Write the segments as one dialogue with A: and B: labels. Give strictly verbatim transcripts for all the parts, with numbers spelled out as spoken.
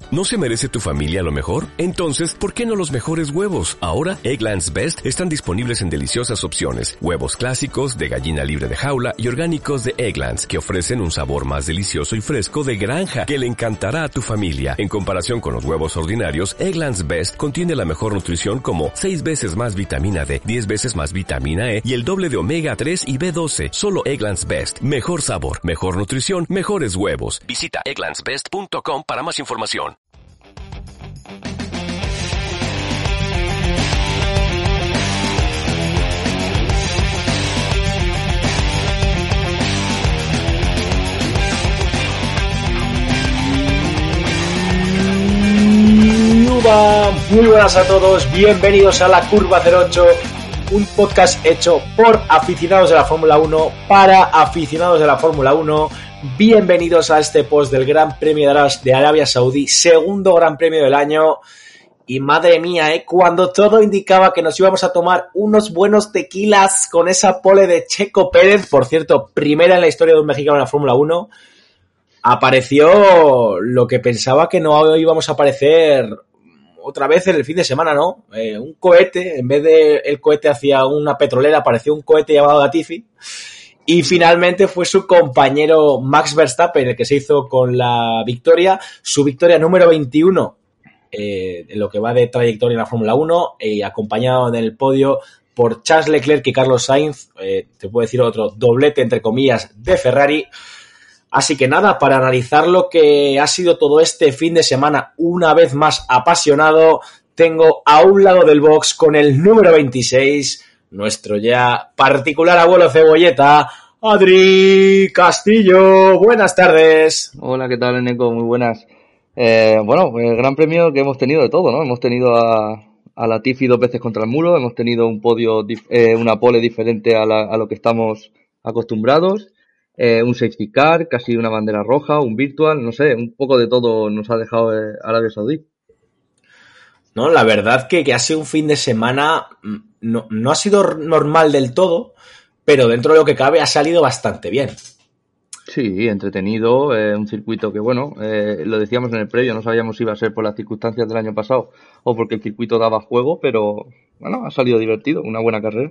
A: ¿No se merece tu familia lo mejor? Entonces, ¿por qué no los mejores huevos? Ahora, Eggland's Best están disponibles en deliciosas opciones. Huevos clásicos, de gallina libre de jaula y orgánicos de Eggland's, que ofrecen un sabor más delicioso y fresco de granja que le encantará a tu familia. En comparación con los huevos ordinarios, Eggland's Best contiene la mejor nutrición como seis veces más vitamina D, diez veces más vitamina E y el doble de omega tres y B doce. Solo Eggland's Best. Mejor sabor, mejor nutrición, mejores huevos. Visita egglands best punto com para más información.
B: Muy buenas a todos, bienvenidos a La Curva cero ocho, un podcast hecho por aficionados de la Fórmula uno para aficionados de la Fórmula uno. Bienvenidos a este post del Gran Premio de Arabia Saudí, segundo Gran Premio del año. Y madre mía, ¿eh? Cuando todo indicaba que nos íbamos a tomar unos buenos tequilas con esa pole de Checo Pérez, por cierto, primera en la historia de un mexicano en la Fórmula uno, apareció lo que pensaba que no íbamos a aparecer otra vez en el fin de semana, ¿no? Eh, un cohete, en vez de el cohete hacia una petrolera, apareció un cohete llamado Latifi. Y finalmente fue su compañero Max Verstappen el que se hizo con la victoria, su victoria número veintiuno eh, en lo que va de trayectoria en la Fórmula uno, eh, acompañado en el podio por Charles Leclerc y Carlos Sainz, eh, te puedo decir otro doblete entre comillas de Ferrari. Así que nada, para analizar lo que ha sido todo este fin de semana una vez más apasionado, tengo a un lado del box con el número veintiséis, nuestro ya particular abuelo cebolleta, Adri Castillo. Buenas tardes.
C: Hola, ¿qué tal, Eneco? Muy buenas. Eh, bueno, el gran premio que hemos tenido de todo, ¿no? Hemos tenido a, a Latifi dos veces contra el muro, hemos tenido un podio, eh, una pole diferente a, la, a lo que estamos acostumbrados. Eh, un safety car, casi una bandera roja, un virtual, no sé, un poco de todo nos ha dejado eh, Arabia Saudí.
B: No, la verdad que, que ha sido un fin de semana, no, no ha sido normal del todo, pero dentro de lo que cabe ha salido bastante bien.
C: Sí, entretenido, eh, un circuito que, bueno, eh, lo decíamos en el previo, no sabíamos si iba a ser por las circunstancias del año pasado o porque el circuito daba juego, pero, bueno, ha salido divertido, una buena carrera.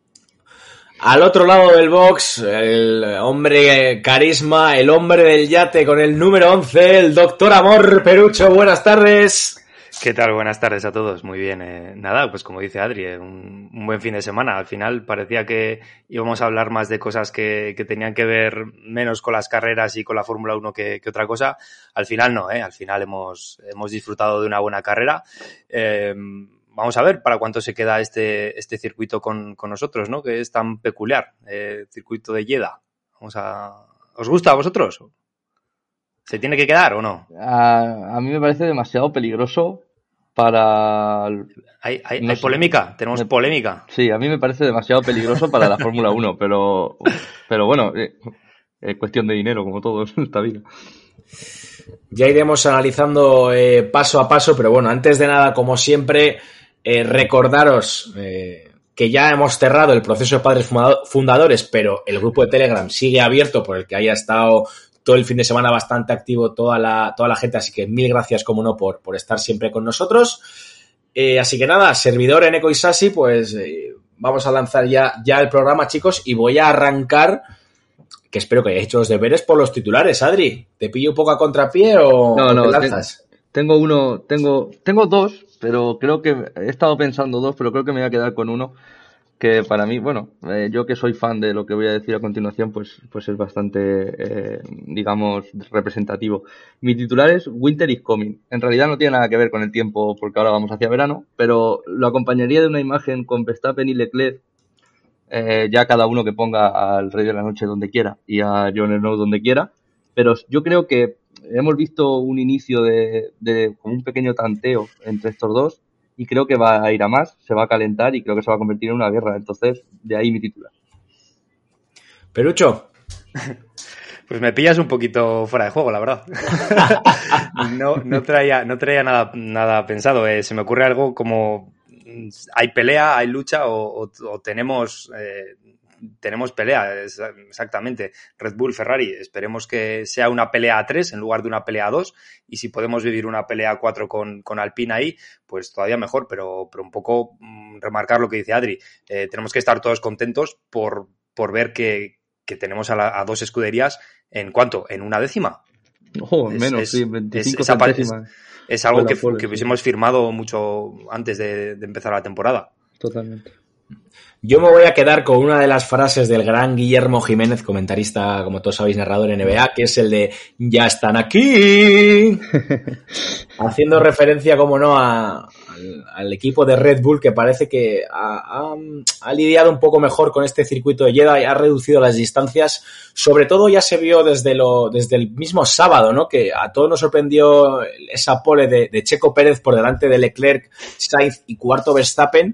B: Al otro lado del box, el hombre carisma, el hombre del yate con el número once, el doctor Amor Perucho. Buenas tardes.
D: ¿Qué tal? Buenas tardes a todos. Muy bien. Eh, nada, pues como dice Adri, eh, un, un buen fin de semana. Al final parecía que íbamos a hablar más de cosas que, que tenían que ver menos con las carreras y con la Fórmula uno que, que otra cosa. Al final no, ¿eh? Al final hemos, hemos disfrutado de una buena carrera. Eh, Vamos a ver para cuánto se queda este, este circuito con, con nosotros, ¿no? Que es tan peculiar, eh, circuito de Jeddah. Vamos a... ¿Os gusta a vosotros? ¿Se tiene que quedar o no?
C: A, a mí me parece demasiado peligroso para...
D: ¿Hay, hay,
C: no
D: hay
C: sé.
D: polémica? ¿Tenemos
C: me,
D: polémica?
C: Sí, a mí me parece demasiado peligroso para la Fórmula uno, pero, pero bueno, es eh, cuestión de dinero, como todo en esta vida.
B: Ya iremos analizando eh, paso a paso, pero bueno, antes de nada, como siempre... Eh, recordaros eh, que ya hemos cerrado el proceso de padres fundadores, pero el grupo de Telegram sigue abierto por el que haya estado todo el fin de semana bastante activo toda la, toda la gente, así que mil gracias, como no, por, por estar siempre con nosotros. Eh, así que nada, servidor Eneco Isasi, pues eh, vamos a lanzar ya, ya el programa, chicos, y voy a arrancar, que espero que hayáis hecho los deberes, por los titulares. Adri, ¿te pillo un poco a contrapié o,
C: no,
B: o
C: no,
B: te lanzas?
C: Te, tengo uno, tengo, tengo dos, pero creo que he estado pensando dos, pero creo que me voy a quedar con uno que para mí, bueno, eh, yo que soy fan de lo que voy a decir a continuación, pues, pues es bastante, eh, digamos, representativo. Mi titular es Winter is coming. En realidad no tiene nada que ver con el tiempo porque ahora vamos hacia verano, pero lo acompañaría de una imagen con Verstappen y Leclerc, eh, ya cada uno que ponga al Rey de la Noche donde quiera y a Jon Snow donde quiera, pero yo creo que hemos visto un inicio de, de como un pequeño tanteo entre estos dos y creo que va a ir a más, se va a calentar y creo que se va a convertir en una guerra. Entonces, de ahí mi titular.
B: Perucho.
D: Pues me pillas un poquito fuera de juego, la verdad. no, no traía, no traía nada, nada pensado. Eh, se me ocurre algo como hay pelea, hay lucha o, o, o tenemos eh, tenemos pelea, es, exactamente. Red Bull, Ferrari, esperemos que sea una pelea a tres en lugar de una pelea a dos, y si podemos vivir una pelea a cuatro con, con Alpine ahí, pues todavía mejor, pero, pero un poco mmm, remarcar lo que dice Adri, eh, tenemos que estar todos contentos por, por ver que, que tenemos a, la, a dos escuderías en ¿cuánto? En una décima.
C: Oh,
D: es,
C: menos,
D: es,
C: sí, veinticinco
D: es, esa,
C: centésimas.
D: Es, es algo que,
C: pole,
D: que
C: sí.
D: hubiésemos firmado mucho antes de, de empezar la temporada.
C: Totalmente.
B: Yo me voy a quedar con una de las frases del gran Guillermo Jiménez, comentarista, como todos sabéis, narrador en N B A, que es el de "ya están aquí", haciendo referencia, como no, a, al, al equipo de Red Bull, que parece que ha, ha, ha lidiado un poco mejor con este circuito de Jeddah y ha reducido las distancias. Sobre todo ya se vio desde, lo, desde el mismo sábado, ¿no? Que a todos nos sorprendió esa pole de, de Checo Pérez por delante de Leclerc, Sainz y cuarto Verstappen.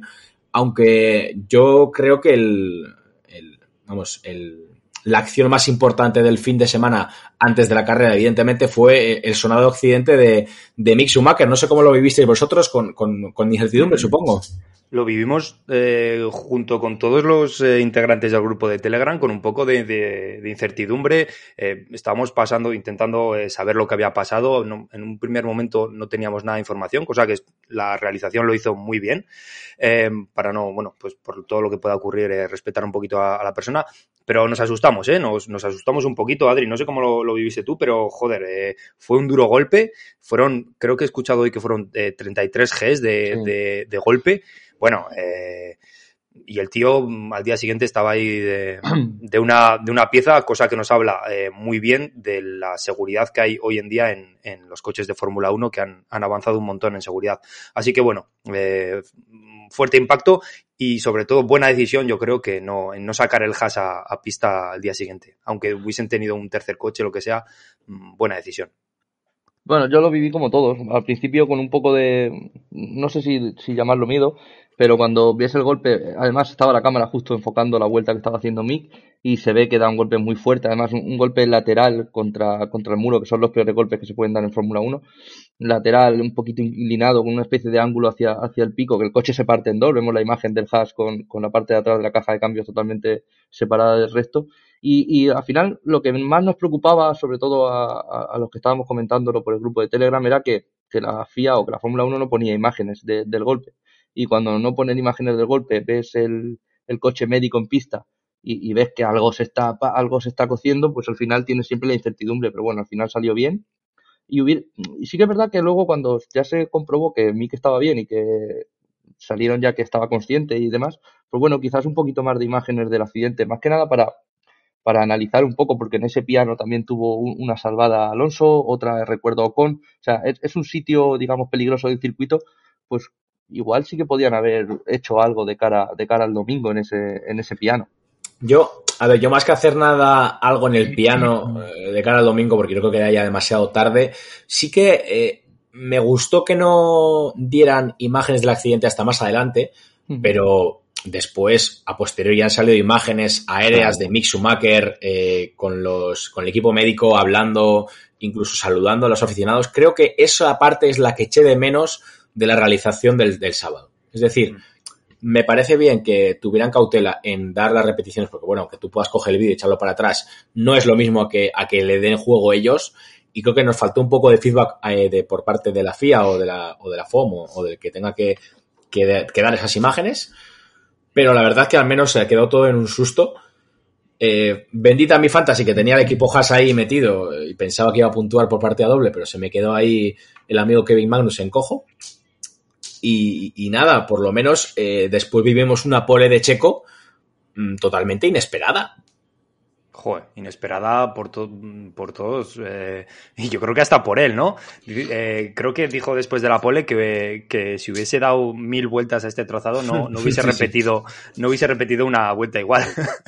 B: Aunque yo creo que el, el vamos, el, la acción más importante del fin de semana antes de la carrera, evidentemente, fue el sonado accidente de, de Mick Schumacher. No sé cómo lo vivisteis vosotros, con, con, con incertidumbre, supongo.
D: Lo vivimos eh, junto con todos los eh, integrantes del grupo de Telegram con un poco de, de, de incertidumbre. Eh, estábamos pasando, intentando eh, saber lo que había pasado. No, en un primer momento no teníamos nada de información, cosa que la realización lo hizo muy bien. Eh, para no, bueno, pues por todo lo que pueda ocurrir, eh, respetar un poquito a, a la persona. Pero nos asustamos, ¿eh? Nos, nos asustamos un poquito, Adri. No sé cómo lo, lo viviste tú, pero, joder, eh, fue un duro golpe. Fueron, creo que he escuchado hoy que fueron eh, treinta y tres Gs de, sí. de, de golpe. Bueno, eh, y el tío al día siguiente estaba ahí de, de, una, de una pieza, cosa que nos habla eh, muy bien de la seguridad que hay hoy en día en, en los coches de Fórmula uno, que han, han avanzado un montón en seguridad. Así que, bueno, eh, fuerte impacto y, sobre todo, buena decisión, yo creo, que no, en no sacar el Haas a, a pista al día siguiente. Aunque hubiesen tenido un tercer coche, lo que sea, buena decisión.
C: Bueno, yo lo viví como todos. Al principio con un poco de, no sé si, si llamarlo miedo, pero cuando ves el golpe, además estaba la cámara justo enfocando la vuelta que estaba haciendo Mick y se ve que da un golpe muy fuerte, además un, un golpe lateral contra, contra el muro, que son los peores golpes que se pueden dar en Fórmula uno, lateral, un poquito inclinado, con una especie de ángulo hacia, hacia el pico, que el coche se parte en dos, vemos la imagen del Haas con, con la parte de atrás de la caja de cambios totalmente separada del resto. Y, y al final lo que más nos preocupaba, sobre todo a, a, a los que estábamos comentándolo por el grupo de Telegram, era que, que la F I A o que la Fórmula uno no ponía imágenes de, del golpe. Y cuando no ponen imágenes del golpe, ves el, el coche médico en pista y, y ves que algo se está algo se está cociendo, pues al final tienes siempre la incertidumbre. Pero bueno, al final salió bien. Y, hubiera, y sí que es verdad que luego cuando ya se comprobó que Mick estaba bien y que salieron ya que estaba consciente y demás, pues bueno, quizás un poquito más de imágenes del accidente, más que nada para... para analizar un poco, porque en ese piano también tuvo un, una salvada Alonso, otra recuerdo Ocon, o sea, es, es un sitio, digamos, peligroso del circuito, pues igual sí que podían haber hecho algo de cara, de cara al domingo en ese, en ese piano.
B: Yo, a ver, yo más que hacer nada, algo en el piano eh, de cara al domingo, porque yo creo que era ya demasiado tarde, sí que eh, me gustó que no dieran imágenes del accidente hasta más adelante, uh-huh. pero después, a posteriori, han salido imágenes aéreas de Mick Schumacher eh, con, los, con el equipo médico hablando, incluso saludando a los aficionados. Creo que esa parte es la que eché de menos de la realización del, del sábado. Es decir, uh-huh. me parece bien que tuvieran cautela en dar las repeticiones, porque bueno, aunque tú puedas coger el vídeo y echarlo para atrás, no es lo mismo a que, a que le den juego ellos, y creo que nos faltó un poco de feedback eh, de, por parte de la F I A o de la, o de la F O M o, o del que tenga que, que, que dar esas imágenes, pero la verdad es que al menos se quedó todo en un susto. Eh, bendita mi fantasy, que tenía el equipo Haas ahí metido y pensaba que iba a puntuar por partida doble, pero se me quedó ahí el amigo Kevin Magnussen cojo. Y, y nada, por lo menos eh, después vivimos una pole de Checo mmm, totalmente inesperada.
D: Joder, inesperada por, to- por todos. Eh, y yo creo que hasta por él, ¿no? Eh, creo que dijo después de la pole que, que si hubiese dado mil vueltas a este trazado no, no hubiese repetido no hubiese repetido una vuelta igual.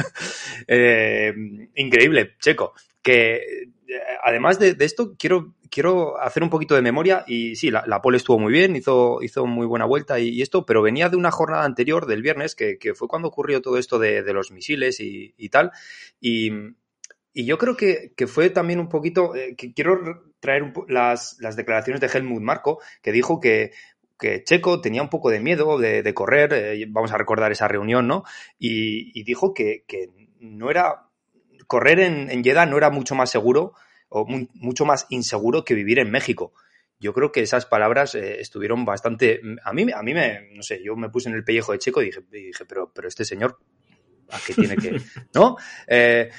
D: eh, increíble, Checo. Que además de, de esto, quiero, quiero hacer un poquito de memoria. Y sí, la, la pole estuvo muy bien, hizo, hizo muy buena vuelta y, y esto, pero venía de una jornada anterior, del viernes, que, que fue cuando ocurrió todo esto de, de los misiles y, y tal. Y, y yo creo que, que fue también un poquito... Eh, que quiero traer un po- las, las declaraciones de Helmut Marko, que dijo que que Checo tenía un poco de miedo de, de correr, eh, vamos a recordar esa reunión, ¿no? Y, y dijo que, que no era, correr en, en Jeddah no era mucho más seguro o mu- mucho más inseguro que vivir en México. Yo creo que esas palabras eh, estuvieron bastante, a mí, a mí me, no sé, yo me puse en el pellejo de Checo y dije, y dije pero, pero este señor, ¿a qué tiene que, no? Eh,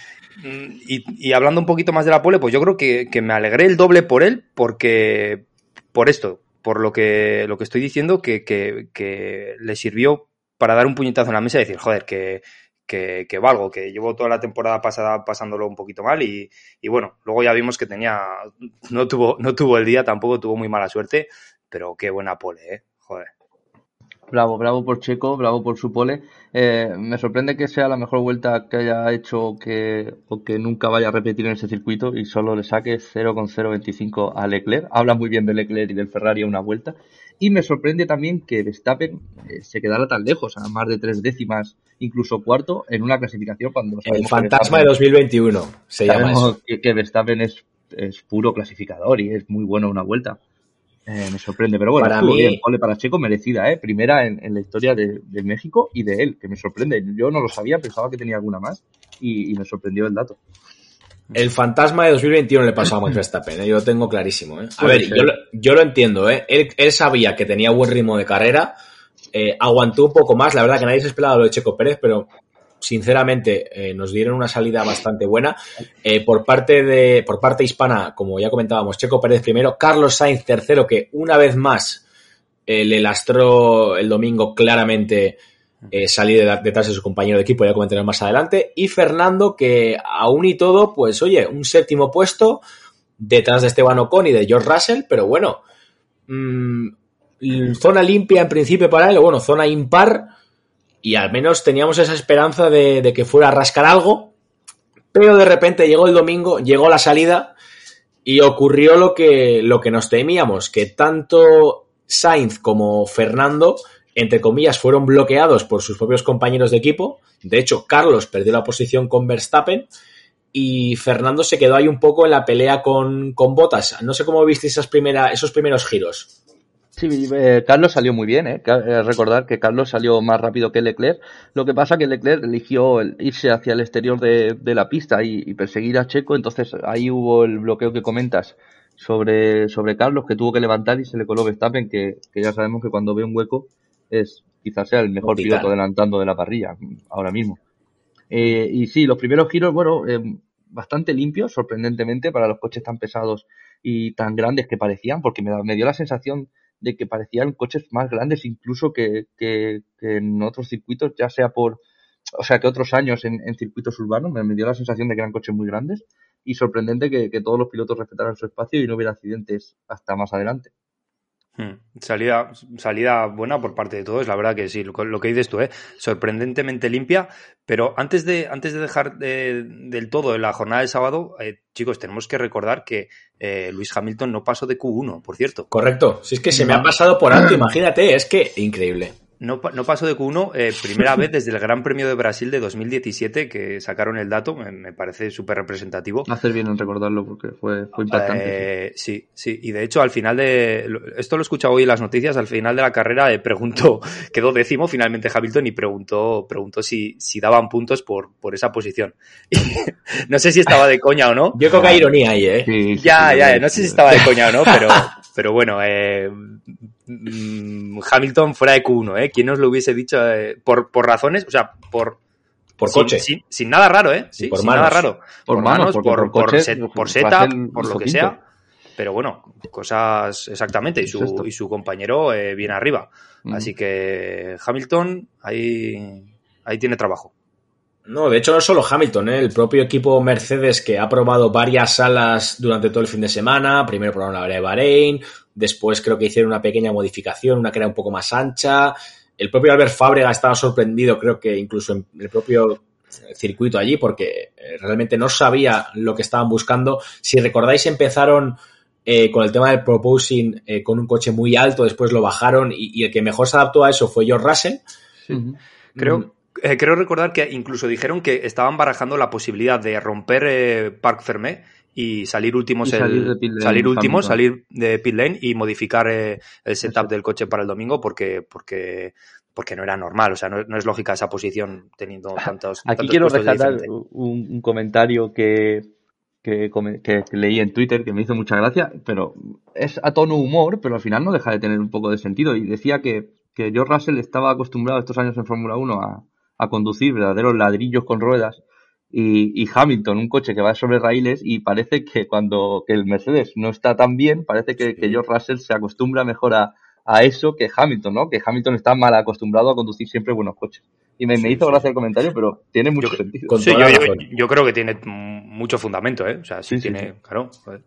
D: y, y hablando un poquito más de la pole, pues yo creo que, que me alegré el doble por él, porque, por esto, por lo que, lo que estoy diciendo, que, que, que le sirvió para dar un puñetazo en la mesa y decir, joder, que, que, que valgo, que llevo toda la temporada pasada pasándolo un poquito mal y, y bueno, luego ya vimos que tenía, no tuvo, no tuvo el día, tampoco tuvo muy mala suerte, pero qué buena pole, eh, joder.
C: Bravo, bravo por Checo, bravo por su pole. Eh, me sorprende que sea la mejor vuelta que haya hecho que, o que nunca vaya a repetir en ese circuito y solo le saque cero coma cero veinticinco a Leclerc. Habla muy bien de Leclerc y del Ferrari a una vuelta. Y me sorprende también que Verstappen eh, se quedara tan lejos, a más de tres décimas, incluso cuarto, en una clasificación cuando...
B: El fantasma de dos mil veintiuno se llama eso.
C: Que, que Verstappen es, es puro clasificador y es muy bueno en una vuelta. Eh, me sorprende, pero bueno,
B: para
C: mí,
B: bien,
C: pole para Checo merecida, ¿eh? Primera en, en la historia de, de México y de él, que me sorprende. Yo no lo sabía, pensaba que tenía alguna más y, y me sorprendió el dato.
B: El fantasma de dos mil veintiuno le pasó a Max Verstappen, ¿eh? Yo lo tengo clarísimo, ¿eh? A ver, yo, yo lo entiendo, ¿eh? Él, él sabía que tenía buen ritmo de carrera, eh, aguantó un poco más, la verdad que nadie se esperaba lo de Checo Pérez, pero sinceramente eh, nos dieron una salida bastante buena. Eh, por parte de por parte hispana, como ya comentábamos, Checo Pérez primero, Carlos Sainz tercero, que una vez más eh, le lastró el domingo claramente eh, salir de, detrás de su compañero de equipo, ya comentaremos más adelante, y Fernando, que aún y todo, pues oye, un séptimo puesto detrás de Esteban Ocon y de George Russell, pero bueno, mmm, zona limpia en principio para él, o bueno, zona impar. Y al menos teníamos esa esperanza de, de que fuera a rascar algo, pero de repente llegó el domingo, llegó la salida y ocurrió lo que, lo que nos temíamos, que tanto Sainz como Fernando, entre comillas, fueron bloqueados por sus propios compañeros de equipo. De hecho, Carlos perdió la posición con Verstappen y Fernando se quedó ahí un poco en la pelea con, con Bottas. No sé cómo viste esas primera, esos primeros giros.
C: Sí, eh, Carlos salió muy bien, ¿eh? Recordar que Carlos salió más rápido que Leclerc. Lo que pasa que Leclerc eligió el irse hacia el exterior de, de la pista y, y perseguir a Checo, entonces ahí hubo el bloqueo que comentas sobre, sobre Carlos, que tuvo que levantar y se le coló Verstappen, que, que ya sabemos que cuando ve un hueco es quizás sea el mejor piloto adelantando de la parrilla ahora mismo. Eh, y sí, los primeros giros, bueno, eh, bastante limpios, sorprendentemente, para los coches tan pesados y tan grandes que parecían, porque me, da, me dio la sensación de que parecían coches más grandes incluso que, que, que en otros circuitos, ya sea por, o sea, que otros años en, en circuitos urbanos, me, me dio la sensación de que eran coches muy grandes y sorprendente que, que todos los pilotos respetaran su espacio y no hubiera accidentes hasta más adelante.
D: Hmm. Salida, salida buena por parte de todos, la verdad que sí, lo, lo que dices tú, ¿eh? Sorprendentemente limpia, pero antes de, antes de dejar de, del todo en la jornada del sábado, eh, chicos, tenemos que recordar que eh, Lewis Hamilton no pasó de Q uno, por cierto.
B: Correcto, si es que se me ha pasado por alto, imagínate, es que increíble.
D: No, no pasó de Q uno, eh, primera vez desde el Gran Premio de Brasil de dos mil diecisiete que sacaron el dato, me, me parece súper representativo.
C: Hacer bien en recordarlo porque fue, fue impactante.
D: Eh, sí, sí, y de hecho al final de, esto lo he escuchado hoy en las noticias, al final de la carrera eh, preguntó, quedó décimo finalmente Hamilton y preguntó, preguntó si, si daban puntos por, por esa posición. No sé si estaba de coña o no.
B: Yo creo que hay ironía ahí, ¿eh?
D: Sí, sí, ya, sí, ya, sí, no sé si estaba de coña o no, pero, pero bueno, eh, Hamilton fuera de Q uno, ¿eh? ¿Quién nos lo hubiese dicho? Eh, por, por razones, o sea, por...
B: Por
D: sin,
B: coche.
D: Sin, sin nada raro, ¿eh? Sí,
B: por
D: sin
B: manos.
D: nada raro.
C: Por,
D: por
C: manos,
D: manos, por,
C: por,
D: por,
C: coche,
D: set, por seta, por lo que
C: quinto.
D: sea. Pero bueno, cosas exactamente. Y su, y su compañero eh, viene arriba. Mm. Así que Hamilton ahí, ahí tiene trabajo.
B: No, de hecho no solo Hamilton, ¿eh? El propio equipo Mercedes, que ha probado varias salas durante todo el fin de semana. Primero probaron la área de Bahrein, después creo que hicieron una pequeña modificación, una que era un poco más ancha. El propio Albert Fábrega estaba sorprendido, creo que incluso en el propio circuito allí, porque realmente no sabía lo que estaban buscando. Si recordáis, empezaron eh, con el tema del proposing eh, con un coche muy alto, después lo bajaron y, y el que mejor se adaptó a eso fue George Russell.
D: Sí. Uh-huh. Creo... Mm. Eh, creo recordar que incluso dijeron que estaban barajando la posibilidad de romper eh, Parc Fermé y salir últimos,
C: y salir,
D: el,
C: de pit lane,
D: salir últimos,
C: Hamilton.
D: salir de pit lane y modificar eh, el setup Eso. del coche para el domingo porque, porque, porque no era normal, o sea, no, no es lógica esa posición teniendo tantos.
C: Aquí
D: tantos
C: quiero
D: puestos
C: rescatar un, un comentario que, que, que, que leí en Twitter que me hizo mucha gracia, pero es a tono humor, pero al final no deja de tener un poco de sentido. Y decía que, que George Russell estaba acostumbrado estos años en Fórmula uno a, a conducir verdaderos ladrillos con ruedas. Y, y Hamilton, un coche que va sobre raíles, y parece que cuando que el Mercedes no está tan bien, parece que, sí. que George Russell se acostumbra mejor a, a eso que Hamilton, ¿no? Que Hamilton está mal acostumbrado a conducir siempre buenos coches. Y me, sí, me hizo sí. gracia el comentario, pero tiene mucho
D: yo,
C: sentido.
D: Sí, yo, yo, yo creo que tiene mucho fundamento, ¿eh? O sea, sí, sí tiene, sí. claro. Joder.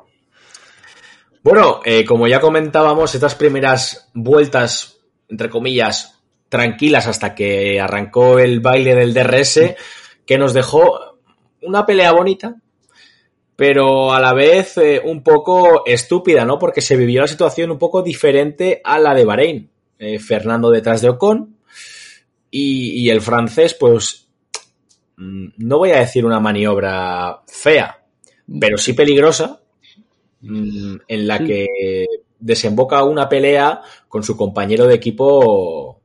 B: Bueno, eh, como ya comentábamos, estas primeras vueltas, entre comillas, tranquilas hasta que arrancó el baile del D R S, sí. que nos dejó una pelea bonita, pero a la vez eh, un poco estúpida, ¿no? Porque se vivió la situación un poco diferente a la de Bahrein. Eh, Fernando detrás de Ocon y, y el francés, pues, no voy a decir una maniobra fea, pero sí peligrosa, en la sí. que desemboca una pelea con su compañero de equipo.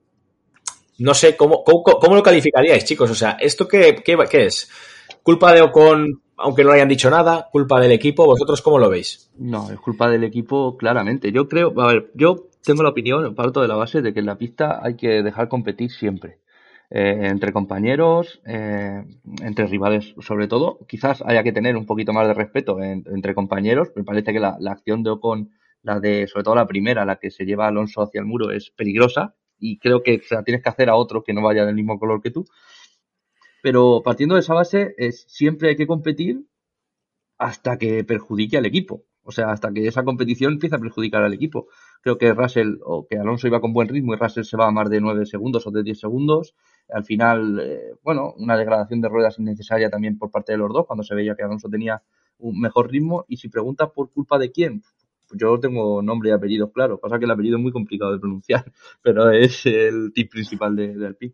B: No sé, ¿cómo, cómo, cómo lo calificaríais, chicos? O sea, ¿esto qué, qué, qué es? ¿Culpa de Ocon, aunque no le hayan dicho nada? ¿Culpa del equipo? ¿Vosotros cómo lo veis?
C: No, es culpa del equipo claramente. Yo creo, a ver, yo tengo la opinión, parto de la base de que en la pista hay que dejar competir siempre. Eh, entre compañeros, eh, entre rivales sobre todo. Quizás haya que tener un poquito más de respeto en, entre compañeros. Me parece que la, la acción de Ocon, la de, sobre todo la primera, la que se lleva a Alonso hacia el muro, es peligrosa. Y creo que se la tienes que hacer a otro que no vaya del mismo color que tú. Pero partiendo de esa base, es siempre hay que competir hasta que perjudique al equipo. O sea, hasta que esa competición empiece a perjudicar al equipo. Creo que Russell o que Alonso iba con buen ritmo y Russell se va a más de nueve segundos o de diez segundos. Al final, eh, bueno, una degradación de ruedas innecesaria también por parte de los dos, cuando se veía que Alonso tenía un mejor ritmo. Y si preguntas por culpa de quién, pues yo tengo nombre y apellido claro. Pasa que el apellido es muy complicado de pronunciar, pero es el tip principal de, de Alpine.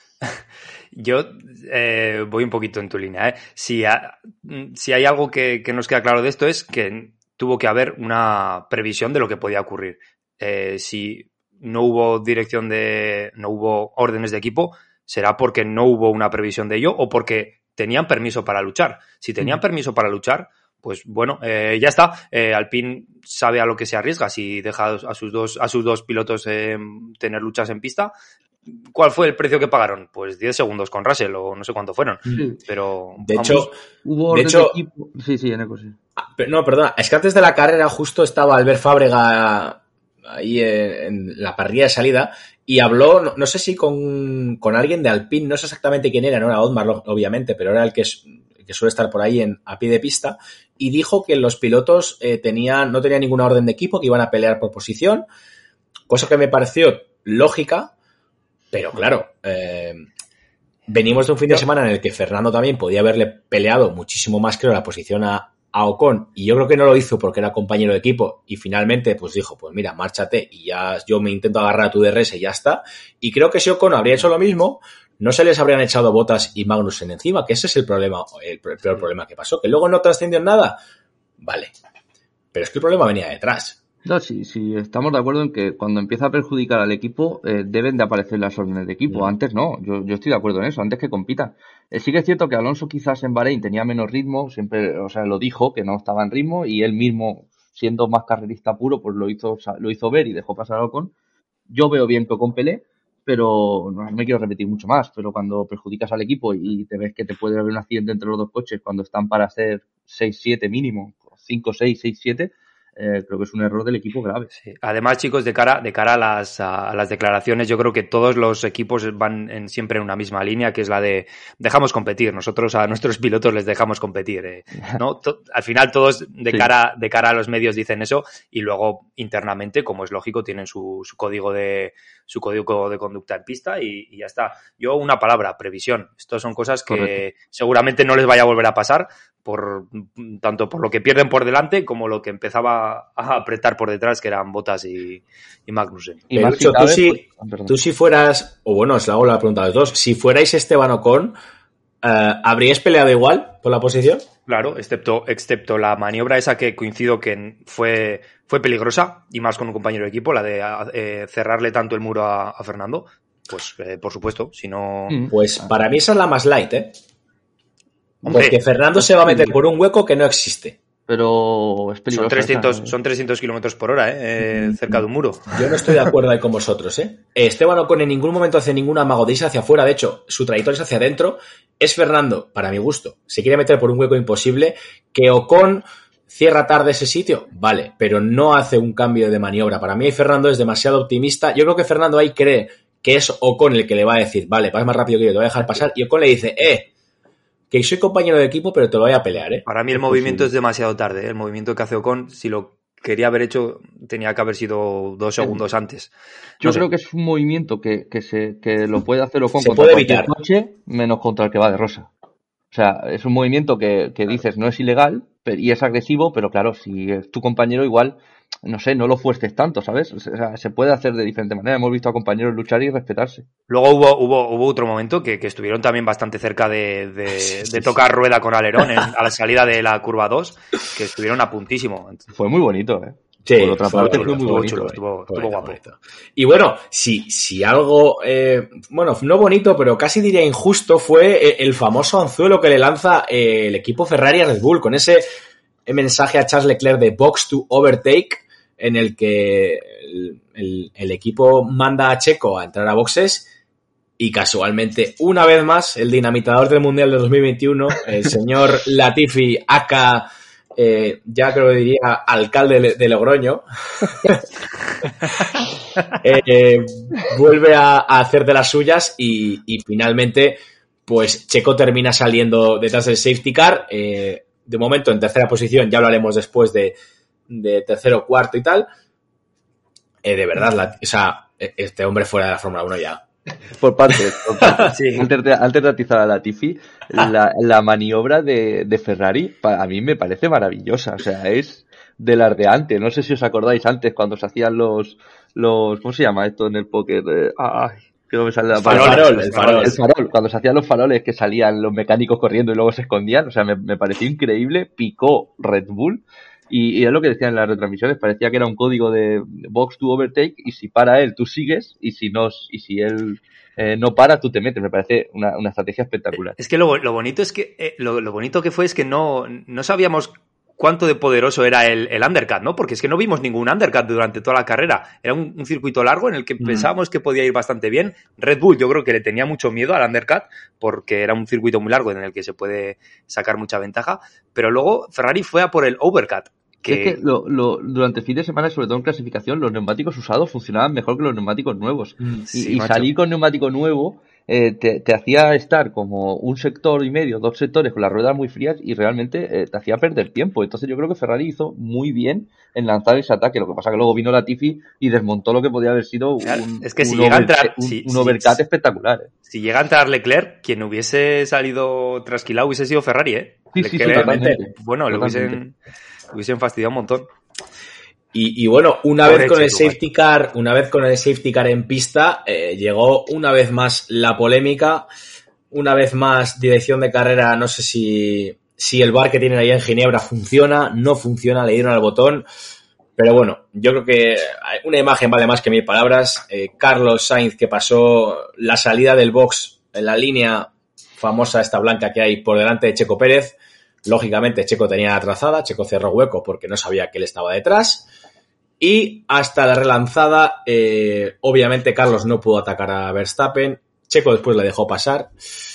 D: Yo eh, voy un poquito en tu línea. ¿eh? Si, ha, si hay algo que, que nos queda claro de esto es que tuvo que haber una previsión de lo que podía ocurrir. Eh, si no hubo dirección de, no hubo órdenes de equipo, será porque no hubo una previsión de ello o porque tenían permiso para luchar. Si tenían permiso para luchar, pues bueno, eh, ya está. Eh, Alpine sabe a lo que se arriesga si deja a sus dos, a sus dos pilotos eh, tener luchas en pista. ¿Cuál fue el precio que pagaron? Pues diez segundos con Russell o no sé cuánto fueron. Sí. Pero
B: de
D: vamos,
B: hecho,
C: hubo
B: de hecho,
C: de equipo. Sí, sí, en eco, sí.
B: No, perdona, es que antes de la carrera justo estaba Albert Fábrega ahí en la parrilla de salida y habló, no, no sé si con, con alguien de Alpine, no sé exactamente quién era, no era Otmar, obviamente, pero era el que, es, el que suele estar por ahí en, a pie de pista, y dijo que los pilotos eh, tenían, no tenían ninguna orden de equipo, que iban a pelear por posición, cosa que me pareció lógica. Pero claro, eh, venimos de un fin de semana en el que Fernando también podía haberle peleado muchísimo más, creo, la posición a, a Ocon, y yo creo que no lo hizo porque era compañero de equipo, y finalmente pues dijo, pues mira, márchate y ya yo me intento agarrar a tu D R S y ya está. Y creo que si Ocon habría hecho lo mismo, no se les habrían echado Bottas y Magnussen encima, que ese es el problema, el peor problema que pasó, que luego no trascendió en nada, vale, pero es que el problema venía detrás.
C: No, sí, sí, estamos de acuerdo en que cuando empieza a perjudicar al equipo eh, deben de aparecer las órdenes de equipo. Mm. Antes no, yo, yo estoy de acuerdo en eso, antes que compitan. Eh, sí que es cierto que Alonso quizás en Bahrein tenía menos ritmo, siempre, o sea, lo dijo, que no estaba en ritmo, y él mismo, siendo más carrerista puro, pues lo hizo, lo hizo ver y dejó pasar a Ocon. Yo veo bien que Ocon pelee, pero no me quiero repetir mucho más, pero cuando perjudicas al equipo y te ves que te puede haber un accidente entre los dos coches cuando están para hacer seis siete mínimo, cinco seis, seis siete, Eh, creo que es un error del equipo grave.
D: Sí. Además, chicos, de cara, de cara a las, a, a las declaraciones, yo creo que todos los equipos van en, siempre en una misma línea, que es la de dejamos competir. Nosotros a nuestros pilotos les dejamos competir. Eh, ¿no? to, al final todos de, sí. cara, de cara a los medios dicen eso, y luego internamente, como es lógico, tienen su, su código de su código de conducta en pista y, y ya está. Yo una palabra, previsión. Estas son cosas que Correcto. Seguramente no les vaya a volver a pasar, por tanto por lo que pierden por delante como lo que empezaba a apretar por detrás, que eran Bottas y, y Magnussen.
B: Y Pero, Lucho, tú, si, tú si fueras, o bueno, os hago la pregunta a los dos, si fuerais Esteban Ocon, eh, ¿habríais peleado igual por la posición?
D: Claro, excepto, excepto la maniobra esa que coincido que fue, fue peligrosa, y más con un compañero de equipo, la de eh, cerrarle tanto el muro a, a Fernando, pues eh, por supuesto, si no...
B: Pues para mí esa es la más light, ¿eh? Hombre, porque Fernando se va a meter por un hueco que no existe.
C: Pero es peligroso.
D: Son trescientos, son trescientos kilómetros por hora, ¿eh? eh cerca de un muro.
B: Yo no estoy de acuerdo ahí con vosotros, ¿eh? Esteban Ocon en ningún momento hace ningún amago de irse hacia afuera. De hecho, su trayectoria es hacia adentro. Es Fernando, para mi gusto. Se quiere meter por un hueco imposible. Que Ocon cierra tarde ese sitio, vale, pero no hace un cambio de maniobra. Para mí Fernando es demasiado optimista. Yo creo que Fernando ahí cree que es Ocon el que le va a decir, vale, vas más rápido que yo, te voy a dejar pasar. Y Ocon le dice, eh... que soy compañero de equipo, pero te lo voy a pelear, ¿eh?
D: Para mí el movimiento es demasiado tarde, ¿eh? El movimiento que hace Ocon, si lo quería haber hecho, tenía que haber sido dos segundos antes.
C: Yo
D: no
C: creo
D: sé.
C: que es un movimiento que, que, se, que lo puede hacer Ocon
B: se
C: contra
B: puede
C: cualquier
B: evitar.
C: coche, menos contra el que va de rosa. O sea, es un movimiento que, que dices no es ilegal pero, y es agresivo, pero claro, si es tu compañero igual, no sé, no lo fuerces tanto, ¿sabes? O sea, se puede hacer de diferente manera. Hemos visto a compañeros luchar y respetarse.
D: Luego hubo, hubo, hubo otro momento que, que estuvieron también bastante cerca de, de, de tocar rueda con alerón en, a la salida de la curva dos, que estuvieron a puntísimo.
C: Fue muy bonito, ¿eh?
B: Sí,
C: por otra
B: fue
C: parte
B: bonito,
C: fue muy
B: fue
C: bonito.
B: chulo,
D: estuvo,
B: fue
D: estuvo
B: bonito,
D: guapo.
B: bonito. Y bueno, si, si algo, eh, bueno, no bonito, pero casi diría injusto, fue el famoso anzuelo que le lanza el equipo Ferrari a Red Bull, con ese mensaje a Charles Leclerc de box to overtake, en el que el, el, el equipo manda a Checo a entrar a boxes y casualmente, una vez más, el dinamitador del Mundial de dos mil veintiuno, el señor Latifi, aka... Eh, ya creo que diría alcalde de Logroño, eh, eh, vuelve a, a hacer de las suyas y, y finalmente pues Checo termina saliendo detrás del safety car, eh, de momento en tercera posición, ya hablaremos después de, de tercero, cuarto y tal. Eh, de verdad, la, o sea, este hombre fuera de la Fórmula uno ya.
C: Por partes, por partes.
D: Sí.
C: Antes de, antes de atizar a Latifi, la, la maniobra de, de Ferrari pa, a mí me parece maravillosa, o sea, es del ardeante. No sé si os acordáis antes cuando se hacían los, los ¿cómo se llama esto en el póker? Eh, ay, creo que me sale la
B: farol,
C: palabra.
B: el farol.
C: El farol, cuando se hacían los faroles que salían los mecánicos corriendo y luego se escondían, o sea, me, me pareció increíble, picó Red Bull. Y, y es lo que decían en las retransmisiones, parecía que era un código de box to overtake y si para él tú sigues y si no y si él eh, no para tú te metes. Me parece una, una estrategia espectacular.
D: Es que lo, lo bonito es que eh, lo, lo bonito que fue es que no, no sabíamos cuánto de poderoso era el, el undercut, ¿no? Porque es que no vimos ningún undercut durante toda la carrera. Era un, un circuito largo en el que mm. pensábamos que podía ir bastante bien. Red Bull yo creo que le tenía mucho miedo al undercut porque era un circuito muy largo en el que se puede sacar mucha ventaja. Pero luego Ferrari fue a por el overcut. Que...
C: Es que lo, lo, durante el fin de semana, sobre todo en clasificación, los neumáticos usados funcionaban mejor que los neumáticos nuevos. Mm, y
D: sí,
C: y salir con neumático nuevo eh, te, te hacía estar como un sector y medio, dos sectores con las ruedas muy frías y realmente eh, te hacía perder tiempo. Entonces yo creo que Ferrari hizo muy bien en lanzar ese ataque. Lo que pasa que luego vino Latifi y desmontó lo que podía haber sido
D: claro,
C: un,
D: es que
C: un,
D: si llega a entrar,
C: un,
D: si,
C: un
D: si,
C: overcut
D: si,
C: espectacular. ¿eh?
D: Si llega a entrar Leclerc, quien hubiese salido trasquilado hubiese sido Ferrari, ¿eh?
C: Sí,
D: Leclerc,
C: sí, sí, totalmente.
D: Bueno,
C: totalmente.
D: le hubiesen, hubiesen fastidiado un montón.
B: Y, y bueno, una
D: Pobre
B: vez con
D: Checo,
B: el safety car, una vez con el safety car en pista, eh, llegó una vez más la polémica, una vez más dirección de carrera, no sé si, si el bar que tienen ahí en Ginebra funciona, no funciona, le dieron al botón, pero bueno, yo creo que una imagen vale más que mil palabras. Eh, Carlos Sainz, que pasó la salida del box en la línea famosa esta blanca que hay por delante de Checo Pérez. Lógicamente Checo tenía la trazada, Checo cerró hueco porque no sabía que él estaba detrás. Y hasta la relanzada, eh, obviamente Carlos no pudo atacar a Verstappen. Checo después le dejó pasar.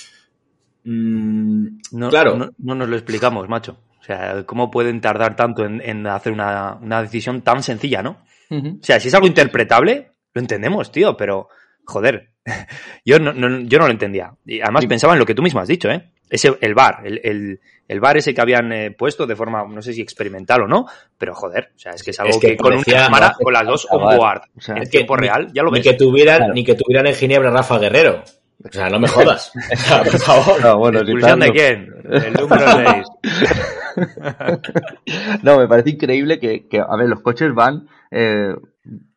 B: Mm,
D: no,
B: claro.
D: No, no nos lo explicamos, macho. O sea, ¿cómo pueden tardar tanto en, en hacer una, una decisión tan sencilla, no? Uh-huh. O sea, si es algo interpretable, lo entendemos, tío, pero, joder, yo no, no, yo no lo entendía. Y además sí. Pensaba en lo que tú mismo has dicho, ¿eh? Ese, el V A R, el, el, el V A R ese que habían eh, puesto de forma, no sé si experimental o no, pero joder, o sea, es que es algo es que, que con una cámara, con las dos on board, o sea, en tiempo
B: ni,
D: real, ya lo ves.
B: Ni que tuvieran, claro. Ni que tuvieran en Ginebra Rafa Guerrero. O sea, no me jodas.
C: Por favor. No, bueno,
D: ¿Expulsión de quién? El número seis.
C: No, me parece increíble que, que, a ver, los coches van... Eh,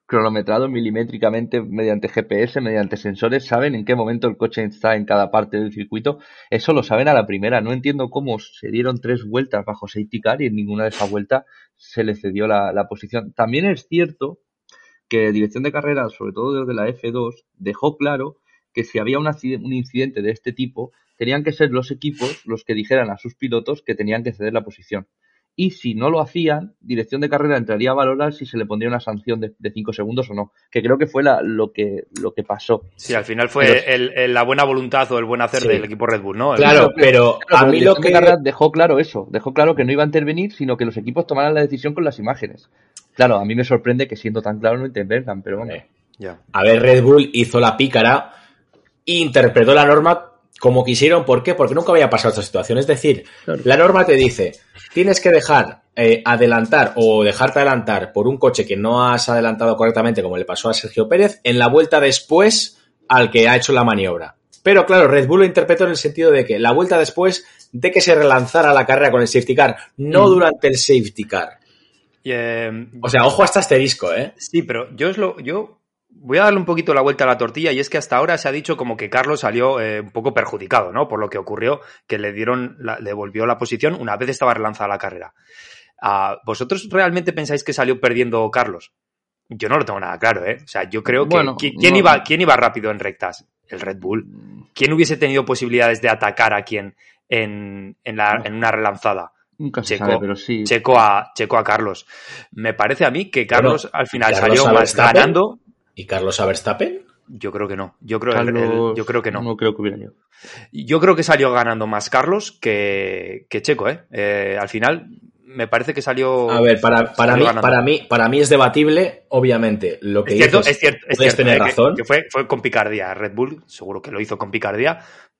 C: cronometrado milimétricamente mediante G P S, mediante sensores, saben en qué momento el coche está en cada parte del circuito. Eso lo saben a la primera. No entiendo cómo se dieron tres vueltas bajo safety car y en ninguna de esas vueltas se le cedió la, la posición. También es cierto que Dirección de Carreras, sobre todo desde la F dos, dejó claro que si había un, un incidente de este tipo, tenían que ser los equipos los que dijeran a sus pilotos que tenían que ceder la posición. Y si no lo hacían, Dirección de Carrera entraría a valorar si se le pondría una sanción de, de cinco segundos o no, que creo que fue la, lo que lo que pasó.
D: Sí, al final fue pero, el, el, la buena voluntad o el buen hacer sí. del equipo Red Bull, ¿no?
B: Claro,
D: el...
B: pero
C: claro,
B: a mí lo que...
C: de Carrera dejó claro eso, dejó claro que no iba a intervenir, sino que los equipos tomaran la decisión con las imágenes. Claro, a mí me sorprende que siendo tan claro no intervengan, pero bueno.
B: Eh, ya. A ver, Red Bull hizo la pícara e interpretó la norma como quisieron. ¿Por qué? Porque nunca había pasado esta situación. Es decir, claro. La norma te dice, tienes que dejar eh, adelantar o dejarte adelantar por un coche que no has adelantado correctamente, como le pasó a Sergio Pérez, en la vuelta después al que ha hecho la maniobra. Pero claro, Red Bull lo interpretó en el sentido de que la vuelta después de que se relanzara la carrera con el safety car, no mm. durante el safety car.
D: Y, eh,
B: o sea, ojo a este asterisco, ¿eh?
D: Sí, pero yo es lo, yo voy a darle un poquito la vuelta a la tortilla y es que hasta ahora se ha dicho como que Carlos salió eh, un poco perjudicado, ¿no? Por lo que ocurrió, que le dieron, la, le devolvió la posición una vez estaba relanzada la carrera. Uh, ¿Vosotros realmente pensáis que salió perdiendo Carlos? Yo no lo tengo nada claro, ¿eh? O sea, yo creo que...
C: Bueno,
D: ¿quién,
C: no.
D: iba, ¿Quién iba rápido en rectas? El Red Bull. ¿Quién hubiese tenido posibilidades de atacar a quién en, en, la, en una relanzada?
C: Nunca se
D: Checo,
C: sabe, pero sí.
D: Checo a, Checo a Carlos. Me parece a mí que Carlos bueno, al final salió más ganando.
B: ¿Y Carlos a Verstappen?
D: Yo creo que no. Yo creo,
C: Carlos,
D: el, el, yo creo que no.
C: No creo que hubiera yo.
D: Yo creo que salió ganando más Carlos que, que Checo, ¿eh? ¿eh? Al final me parece que salió...
B: A ver, para, para, mí, para, mí, para mí es debatible, obviamente. Lo que
D: es cierto,
B: dices,
D: es cierto, es
B: puedes
D: cierto,
B: tener
D: eh,
B: razón.
D: Que, que fue, fue con picardía. Red Bull seguro que lo hizo con picardía,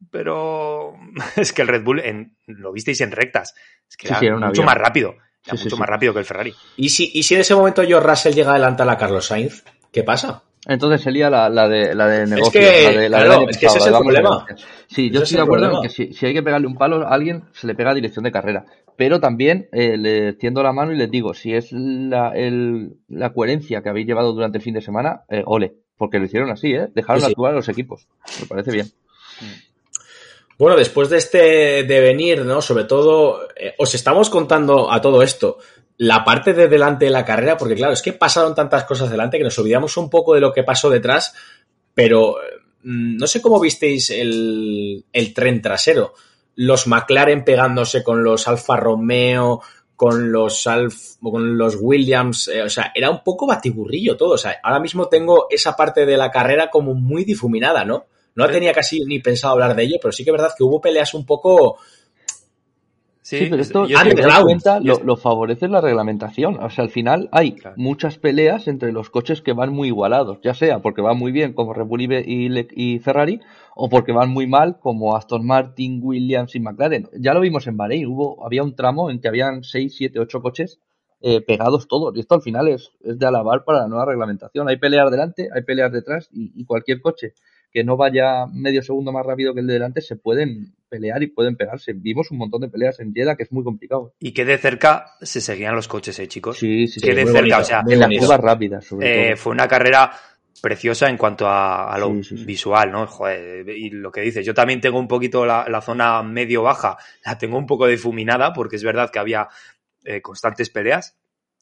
D: pero es que el Red Bull, en, lo visteis en rectas, es que
C: sí,
D: era,
C: sí, era
D: mucho
C: avión.
D: más rápido. Era
C: Sí,
D: mucho
C: sí,
D: más
C: sí.
D: rápido que el Ferrari.
B: ¿Y si, ¿Y si en ese momento George Russell llega a adelantar a Carlos Sainz? ¿Qué pasa?
C: Entonces sería la, la de la de negocio.
B: Es que,
C: la de, la
B: claro,
C: de
B: es que ese es el problema.
C: Sí, yo
B: ese
C: estoy de acuerdo en que si, si hay que pegarle un palo a alguien, se le pega a dirección de carrera. Pero también eh, le tiendo la mano y les digo, si es la, el, la coherencia que habéis llevado durante el fin de semana, eh, ole. Porque lo hicieron así, ¿eh? Dejaron sí, sí. actuar a los equipos. Me parece bien.
B: Bueno, después de este devenir, ¿no? Sobre todo, eh, os estamos contando a todo esto la parte de delante de la carrera, porque claro, es que pasaron tantas cosas delante que nos olvidamos un poco de lo que pasó detrás, pero mmm, no sé cómo visteis el, el tren trasero. Los McLaren pegándose con los Alfa Romeo, con los Alf, con los Williams, eh, o sea, era un poco batiburrillo todo. O sea, ahora mismo tengo esa parte de la carrera como muy difuminada, ¿no? No tenía casi ni pensado hablar de ello, pero sí que es verdad que hubo peleas un poco...
C: Sí, sí, pero esto, si te das cuenta, lo, lo favorece la reglamentación. O sea, al final hay claro. muchas peleas entre los coches que van muy igualados, ya sea porque van muy bien como Red Bull y, y Ferrari, o porque van muy mal como Aston Martin, Williams y McLaren. Ya lo vimos en Bahrein, hubo, había un tramo en que habían seis, siete, ocho coches eh, pegados todos. Y esto al final es, es de alabar para la nueva reglamentación. Hay peleas delante, hay peleas detrás y, y cualquier coche que no vaya medio segundo más rápido que el de delante, se pueden pelear y pueden pegarse. Vimos un montón de peleas en Jeddah, que es muy complicado.
D: Y que de cerca se seguían los coches, ¿eh, chicos?
C: Sí, sí,
D: que
C: sí.
D: de
C: Muy
D: cerca,
C: bonito,
D: o sea,
C: en las curvas rápidas, sobre
D: eh,
C: todo.
D: Fue una carrera preciosa en cuanto a, a lo
C: sí, sí, sí.
D: visual, ¿no? Joder, y lo que dices, yo también tengo un poquito la, la zona medio-baja, la tengo un poco difuminada, porque es verdad que había eh, constantes peleas.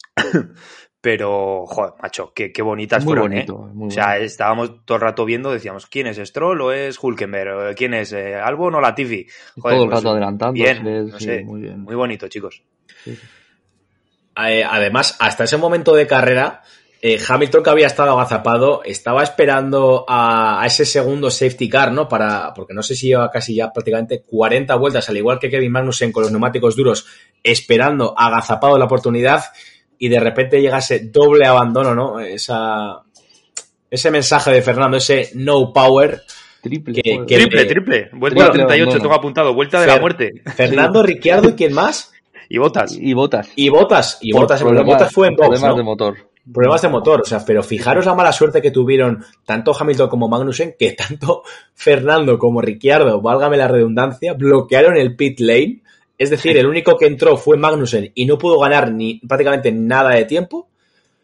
D: Pero, joder, macho, qué, qué bonitas
C: muy
D: fueron,
C: bonito,
D: ¿eh?
C: Muy
D: o sea,
C: bonito.
D: Estábamos todo el rato viendo, decíamos, ¿quién es Stroll o es Hülkenberg? ¿Quién es eh, Albon o Latifi?
C: Joder, todo el rato pues, adelantando.
D: Bien, no
C: sí,
D: sé,
C: muy bien.
D: Muy bonito, chicos.
C: Sí, sí.
B: Además, hasta ese momento de carrera, eh, Hamilton, que había estado agazapado, estaba esperando a, a ese segundo safety car, ¿no? Para, porque no sé si lleva casi ya prácticamente cuarenta vueltas, al igual que Kevin Magnussen con los neumáticos duros, esperando agazapado la oportunidad. Y de repente llega ese doble abandono, ¿no? Esa, ese mensaje de Fernando, ese no power.
C: Triple,
B: que,
C: que
D: triple,
C: le...
D: triple. Vuelta bueno, treinta y ocho, tengo apuntado. Vuelta de
B: Fer...
D: la muerte.
B: Fernando, sí. Ricciardo y ¿quién más?
D: Y Botas.
C: Y Botas.
B: Y Botas. Y
C: Por
B: Botas,
C: problemas,
B: Botas fue en box,
C: Problemas
B: ¿no?
C: de motor.
B: Problemas de motor, o sea, pero fijaros la mala suerte que tuvieron tanto Hamilton como Magnussen, que tanto Fernando como Ricciardo, válgame la redundancia, bloquearon el pit lane. Es decir, el único que entró fue Magnussen y no pudo ganar ni prácticamente nada de tiempo.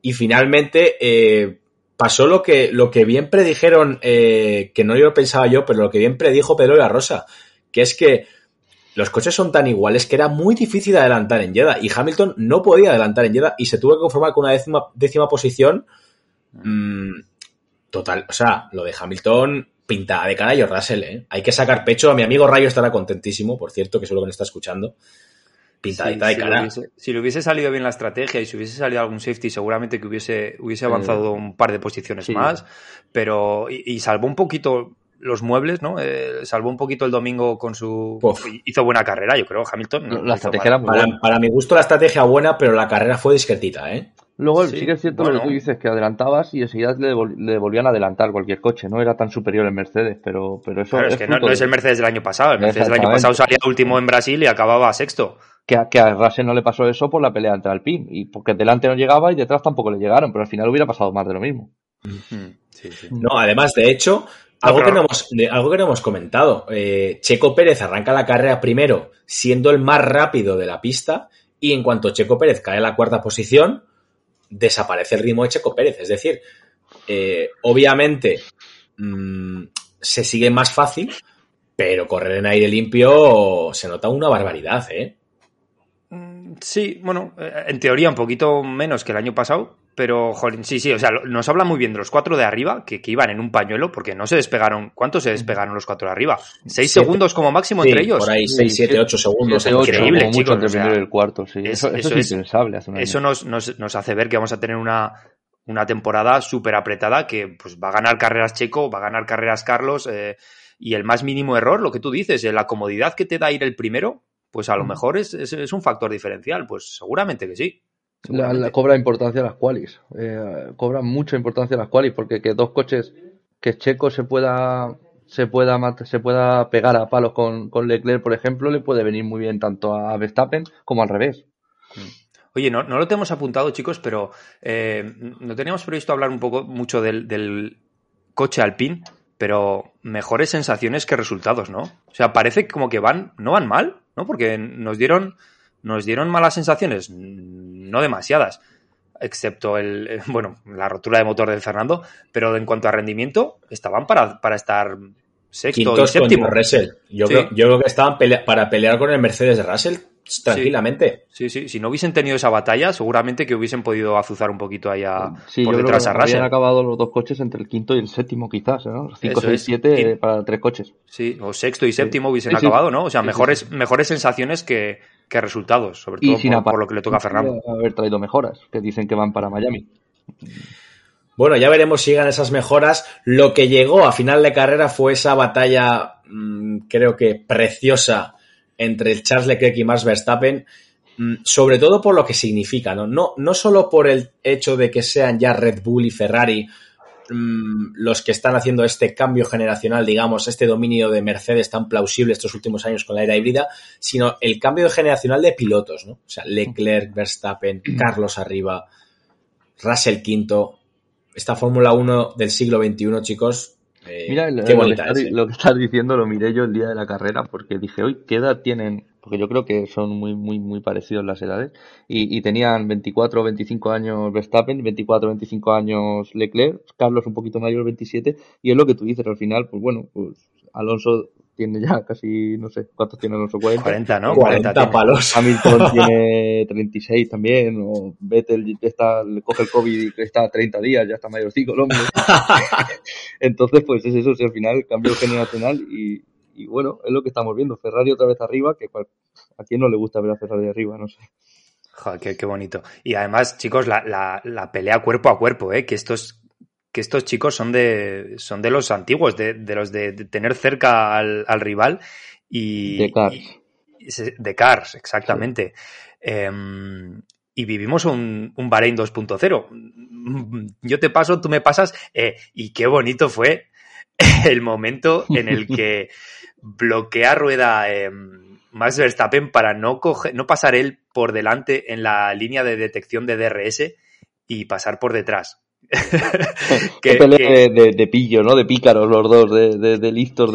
B: y finalmente eh, pasó lo que, lo que bien predijeron, eh, que no lo pensaba yo, pero lo que bien predijo Pedro de la Rosa, que es que los coches son tan iguales que era muy difícil adelantar en Jeddah y Hamilton no podía adelantar en Jeddah y se tuvo que conformar con una décima, décima posición mmm, total. O sea, lo de Hamilton pinta de cara a George Russell, ¿eh? Hay que sacar pecho. A mi amigo Rayo estará contentísimo, por cierto, que seguro que me está escuchando. Pintadita
D: sí,
B: de cara.
D: Si, hubiese, si le hubiese salido bien la estrategia y si hubiese salido algún safety, seguramente que hubiese, hubiese avanzado eh, un par de posiciones sí. más, pero y, y salvó un poquito los muebles, ¿no? Eh, salvó un poquito el domingo con su... Uf. Hizo buena carrera, yo creo, Hamilton.
C: No, la estrategia era muy
B: para,
C: buena.
B: Para mi gusto la estrategia buena, pero la carrera fue discretita, ¿eh?
C: Luego sí, sí que es cierto bueno. Lo que tú dices, que adelantabas y enseguida le, devol- le volvían a adelantar cualquier coche, no era tan superior el Mercedes, pero, pero eso...
D: Claro, es, es que no, no es el Mercedes del año pasado, el Mercedes del año pasado salía último en Brasil y acababa sexto.
C: Que a, que a Russell no le pasó eso por la pelea entre Alpine, y porque delante no llegaba y detrás tampoco le llegaron, pero al final hubiera pasado más de lo mismo.
B: Sí, sí. No, además, de hecho... Algo que, no hemos, algo que no hemos comentado. Eh, Checo Pérez arranca la carrera primero, siendo el más rápido de la pista, y en cuanto Checo Pérez cae a la cuarta posición, desaparece el ritmo de Checo Pérez. Es decir, eh, obviamente mmm, se sigue más fácil, pero correr en aire limpio se nota una barbaridad, ¿eh?
D: Sí, bueno, en teoría un poquito menos que el año pasado, pero, joder, sí, sí, o sea, nos habla muy bien de los cuatro de arriba, que, que iban en un pañuelo, porque no se despegaron. ¿Cuántos se despegaron los cuatro de arriba? ¿Seis siete. segundos como máximo sí, entre ellos?
B: Por ahí, seis, siete, ocho segundos.
C: siete, ocho,
D: increíble, chicos.
C: Mucho entre
D: o sea,
C: primero y el cuarto, sí.
D: Es,
C: eso, eso, eso es impensable.
D: Hace un año. Eso nos, nos, nos hace ver que vamos a tener una, una temporada súper apretada, que pues va a ganar carreras Checo, va a ganar carreras Carlos, eh, y el más mínimo error, lo que tú dices, eh, la comodidad que te da ir el primero, pues a lo mejor es, es, es un factor diferencial, pues seguramente que sí.
C: La, la cobra importancia las qualis, eh, cobra mucha importancia las qualis, porque que dos coches, que Checo se pueda se pueda se pueda pegar a palos con, con Leclerc, por ejemplo, le puede venir muy bien tanto a Verstappen como al revés.
D: Oye, no, no lo tenemos apuntado, chicos, pero eh, no teníamos previsto hablar un poco mucho del, del coche Alpine, pero mejores sensaciones que resultados, ¿no? O sea, parece como que van, no van mal, ¿no? Porque nos dieron, nos dieron malas sensaciones, no demasiadas, excepto el, bueno, la rotura de motor de Fernando, pero en cuanto a rendimiento, estaban para, para estar sexto
B: Quintos
D: y séptimo.
B: Con Russell. Yo,
D: sí.
B: creo, yo creo que estaban pelea- para pelear con el Mercedes de Russell tranquilamente.
D: Sí, sí, sí. Si no hubiesen tenido esa batalla, seguramente que hubiesen podido azuzar un poquito ahí a,
C: sí,
D: por
C: yo
D: detrás
C: creo que
D: a Russell.
C: Habían acabado los dos coches entre el quinto y el séptimo, quizás, ¿no? cinco, seis, siete
D: y,
C: para tres coches.
D: Sí, o sexto y
C: sí.
D: séptimo hubiesen
C: sí, sí.
D: acabado, ¿no? O sea,
C: sí,
D: mejores,
C: sí, sí.
D: mejores sensaciones que, que resultados, sobre todo por, por lo que le toca a Fernando.
C: Haber traído mejoras, que dicen que van para Miami.
B: Bueno, ya veremos si llegan esas mejoras. Lo que llegó a final de carrera fue esa batalla, mmm, creo que preciosa, entre el Charles Leclerc y Max Verstappen, mmm, sobre todo por lo que significa, ¿no? No, no solo por el hecho de que sean ya Red Bull y Ferrari mmm, los que están haciendo este cambio generacional, digamos, este dominio de Mercedes tan plausible estos últimos años con la era híbrida, sino el cambio generacional de pilotos, ¿no? O sea, Leclerc, Verstappen, Carlos arriba, Russell quinto. Esta Fórmula uno del siglo veintiuno, chicos, eh,
C: Mira,
B: qué
C: lo,
B: bonita
C: que estás,
B: es. ¿eh?
C: Lo que estás diciendo lo miré yo el día de la carrera porque dije, hoy ¿qué edad tienen? Porque yo creo que son muy muy muy parecidos las edades. Y, y tenían veinticuatro o veinticinco años Verstappen, veinticuatro o veinticinco años Leclerc, Carlos un poquito mayor, veintisiete. Y es lo que tú dices, al final, pues bueno, pues Alonso tiene ya casi, no sé, ¿cuántos tiene Alonso? cuarenta.
D: cuarenta, ¿no?
B: cuarenta, cuarenta palos.
C: Hamilton tiene treinta y seis también, o Vettel está, le coge el COVID y está treinta días, ya está mayorcico el hombre. Entonces, pues es eso, si al final cambio generacional y, y bueno, es lo que estamos viendo. Ferrari otra vez arriba, que a quién no le gusta ver a Ferrari arriba, no sé.
D: Joder, qué, qué bonito. Y además, chicos, la, la, la pelea cuerpo a cuerpo, ¿eh? Que estos... que estos chicos son de son de los antiguos, de, de los de, de tener cerca al, al rival y...
C: De Cars.
D: Y, de Cars, exactamente. Sí. Eh, y vivimos un, un Bahrein dos punto cero. Yo te paso, tú me pasas, eh, y qué bonito fue el momento en el que bloquea rueda eh, Max Verstappen para no, coger, no pasar él por delante en la línea de detección de D R S y pasar por detrás.
C: que, pelea que... de, de, de pillo, ¿no? De pícaros los dos, de, de, de listos sí. de la clase.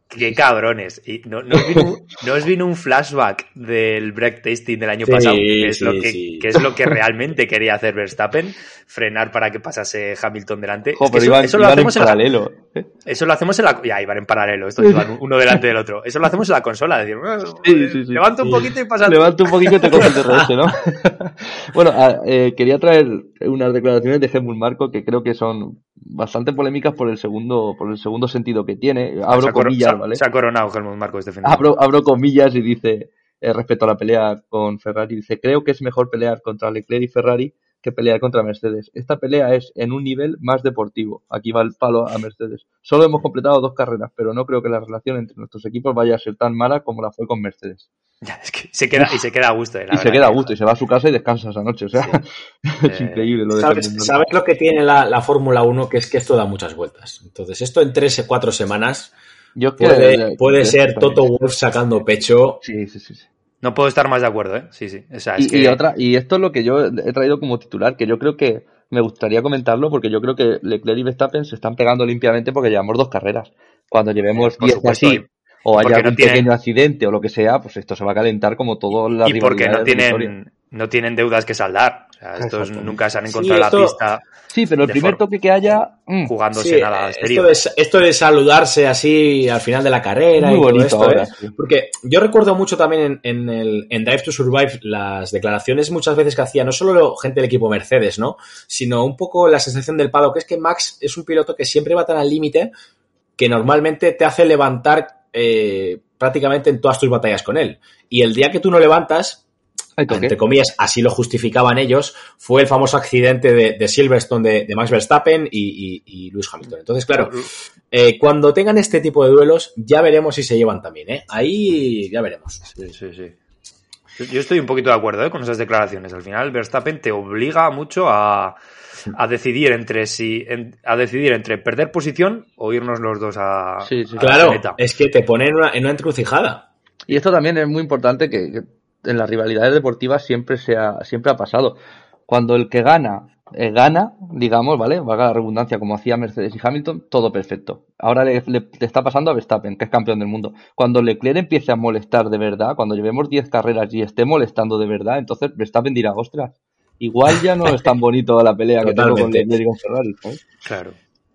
D: Qué cabrones. Y no, no, os vino, no os vino un flashback del break tasting del año
B: sí,
D: pasado, que es,
B: sí,
D: lo que,
B: sí.
D: que es lo que realmente quería hacer Verstappen, frenar para que pasase Hamilton delante.
C: Jo,
D: Es que
C: pero
D: eso,
C: iban,
D: eso lo
C: iban
D: hacemos
C: en
D: en la,
C: paralelo. ¿eh?
D: eso lo hacemos en la... Ya, iban en paralelo, estos iban uno delante del otro. Eso lo hacemos en la consola, decir,
C: Sí, sí, sí.
D: levanta un
C: Sí.
D: poquito y pasa.
C: Levanta un poquito y te coge el D R S, ¿no? Bueno, a- eh, quería traer unas declaraciones de Helmut Marko que creo que son bastante polémicas por el segundo, por el segundo sentido que tiene. Abro
D: se, ha coro-
C: comillas,
D: se ha-
C: ¿vale?
D: se ha coronado Helmut Marko este fin de
C: Abro,
D: semana.
C: abro comillas y dice, eh, respecto a la pelea con Ferrari, dice, creo que es mejor pelear contra Leclerc y Ferrari que pelear contra Mercedes. Esta pelea es en un nivel más deportivo. Aquí va el palo a Mercedes. Solo hemos completado dos carreras, pero no creo que la relación entre nuestros equipos vaya a ser tan mala como la fue con Mercedes.
D: Ya, es que se queda, y se queda a gusto. eh, la
C: Y se
D: verdad
C: queda a
D: que-
C: gusto y se va a su casa y descansa esa noche. O sea,
D: Sí.
C: es
D: Eh,
C: increíble lo de
B: ¿Sabes,
C: Helmut Marko.
B: sabes lo que tiene la, la Fórmula uno? Que es que esto da muchas vueltas. Entonces, esto en tres o cuatro semanas
C: Yo es que-
B: puede, puede
C: de-
B: ser
C: de-
B: Toto Wolff sacando pecho.
C: Sí, sí, sí. sí.
D: No puedo estar más de acuerdo, ¿eh? Sí, sí. O sea, es
C: Y,
D: que...
C: y otra, y esto es lo que yo he traído como titular, que yo creo que me gustaría comentarlo, porque yo creo que Leclerc y Verstappen se están pegando limpiamente porque llevamos dos carreras. Cuando llevemos
D: Eh, por
C: diez
D: supuesto,
C: así,
D: y-
C: o
D: y
C: haya
D: porque no
C: algún
D: tienen-
C: pequeño accidente o lo que sea, pues esto se va a calentar como todo la
D: y porque no
C: rivalidad de victoria.
D: tienen, no tienen deudas que saldar. O sea, estos
C: Exactamente.
D: nunca se han
B: Sí,
D: encontrado
B: esto-
D: la pista
C: Sí, pero el
D: de
C: primer
D: forma-
C: toque que haya, mm,
D: jugándose
B: Sí,
D: nada
B: esto
D: exterior.
B: de, esto de saludarse así al final de la carrera
C: Muy
B: y todo
C: bonito
B: esto,
C: ahora,
B: ¿eh?
C: sí.
B: Porque yo recuerdo mucho también en, en el, en Drive to Survive las declaraciones muchas veces que hacía no solo gente del equipo Mercedes, ¿no? Sino un poco la sensación del paddock, que es que Max es un piloto que siempre va tan al límite que normalmente te hace levantar eh, prácticamente en todas tus batallas con él. Y el día que tú no levantas,
C: Hay toque.
B: entre comillas, así lo justificaban ellos, fue el famoso accidente de, de Silverstone de, de Max Verstappen y, y, y Lewis Hamilton. Entonces, claro, eh, cuando tengan este tipo de duelos, ya veremos si se llevan también, ¿eh? Ahí ya veremos.
D: Sí, sí, sí. Yo- Yo estoy un poquito de acuerdo, ¿eh? Con esas declaraciones. Al final, Verstappen te obliga mucho a, a decidir entre si en- a decidir entre perder posición o irnos los dos a,
C: Sí, sí.
D: a la
B: Claro,
D: meta.
B: es que te ponen en una, en una encrucijada.
C: Y esto también es muy importante que, que en las rivalidades deportivas siempre se ha, siempre ha pasado. Cuando el que gana, eh, gana, digamos, ¿vale? Valga la redundancia, como hacía Mercedes y Hamilton, todo perfecto. Ahora le, le- le está pasando a Verstappen, que es campeón del mundo. Cuando Leclerc empiece a molestar de verdad, cuando llevemos diez carreras y esté molestando de verdad, entonces Verstappen dirá, ostras, igual ya no es tan bonito la pelea que tengo con
B: Totalmente.
C: Leclerc y con Ferrari, ¿sabes?
D: Claro.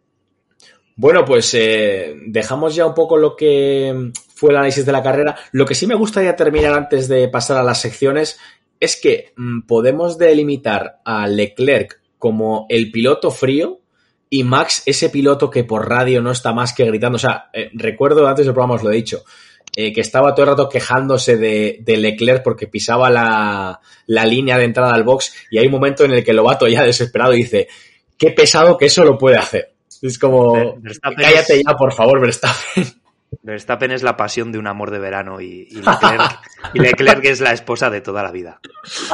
B: Bueno, pues eh, dejamos ya un poco lo que fue el análisis de la carrera. Lo que sí me gustaría terminar antes de pasar a las secciones es que mm, podemos delimitar a Leclerc como el piloto frío y Max ese piloto que por radio no está más que gritando. O sea, eh, recuerdo antes del programa os lo he dicho, eh, que estaba todo el rato quejándose de, de Leclerc porque pisaba la, la línea de entrada al box y hay un momento en el que Lobato ya desesperado dice, qué pesado que eso lo puede hacer. Es como,
D: Ver- Verstappen
B: cállate
D: es-
B: ya, por favor, Verstappen.
D: Verstappen es la pasión de un amor de verano y, y Leclerc, y Leclerc es la esposa de toda la vida.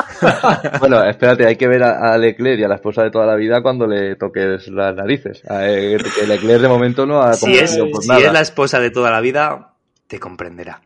C: Bueno, espérate, hay que ver a, a Leclerc y a la esposa de toda la vida cuando le toques las narices. A, eh, que Leclerc de momento no ha
D: Si es,
C: comprendido por
D: si
C: nada.
D: es la esposa de toda la vida, te comprenderá.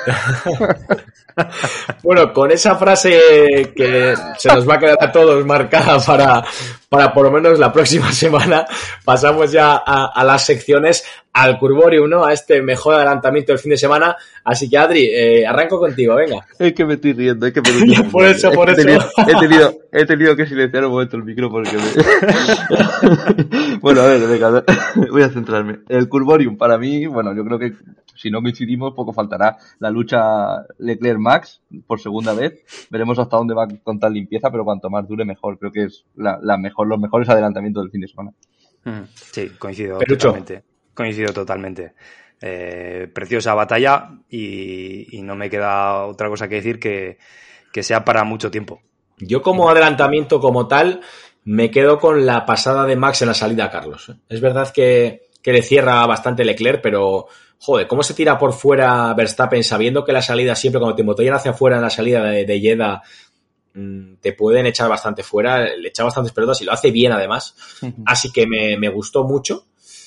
B: Bueno, con esa frase que se nos va a quedar a todos marcada para, para por lo menos la próxima semana, pasamos ya a, a las secciones, al Curborium, ¿no? A este mejor adelantamiento del fin de semana. Así que, Adri, eh, arranco contigo, venga.
C: Es que me estoy riendo, es que me estoy riendo.
B: Por eso,
C: Es
B: por
C: que he
B: eso.
C: tenido- He tenido, he tenido que silenciar un momento el micro porque me... Bueno, a ver, venga, a ver, voy a centrarme. El Curborium, para mí, bueno, yo creo que si no coincidimos, poco faltará la lucha Leclerc-Max por segunda vez. Veremos hasta dónde va con tal limpieza, pero cuanto más dure, mejor. Creo que es la, la mejor, los mejores adelantamientos del fin de semana.
D: Mm, Sí, coincido
B: Perucho.
D: totalmente. Coincido totalmente. Eh, preciosa batalla y, y no me queda otra cosa que decir que, que sea para mucho tiempo.
B: Yo como adelantamiento como tal, me quedo con la pasada de Max en la salida a Carlos. Es verdad que, que le cierra bastante Leclerc, pero, joder, ¿cómo se tira por fuera Verstappen sabiendo que la salida siempre, cuando te embotellan hacia afuera en la salida de, de Jeddah, mmm, te pueden echar bastante fuera, le echa bastantes pelotas y lo hace bien además. Así que me, me gustó mucho.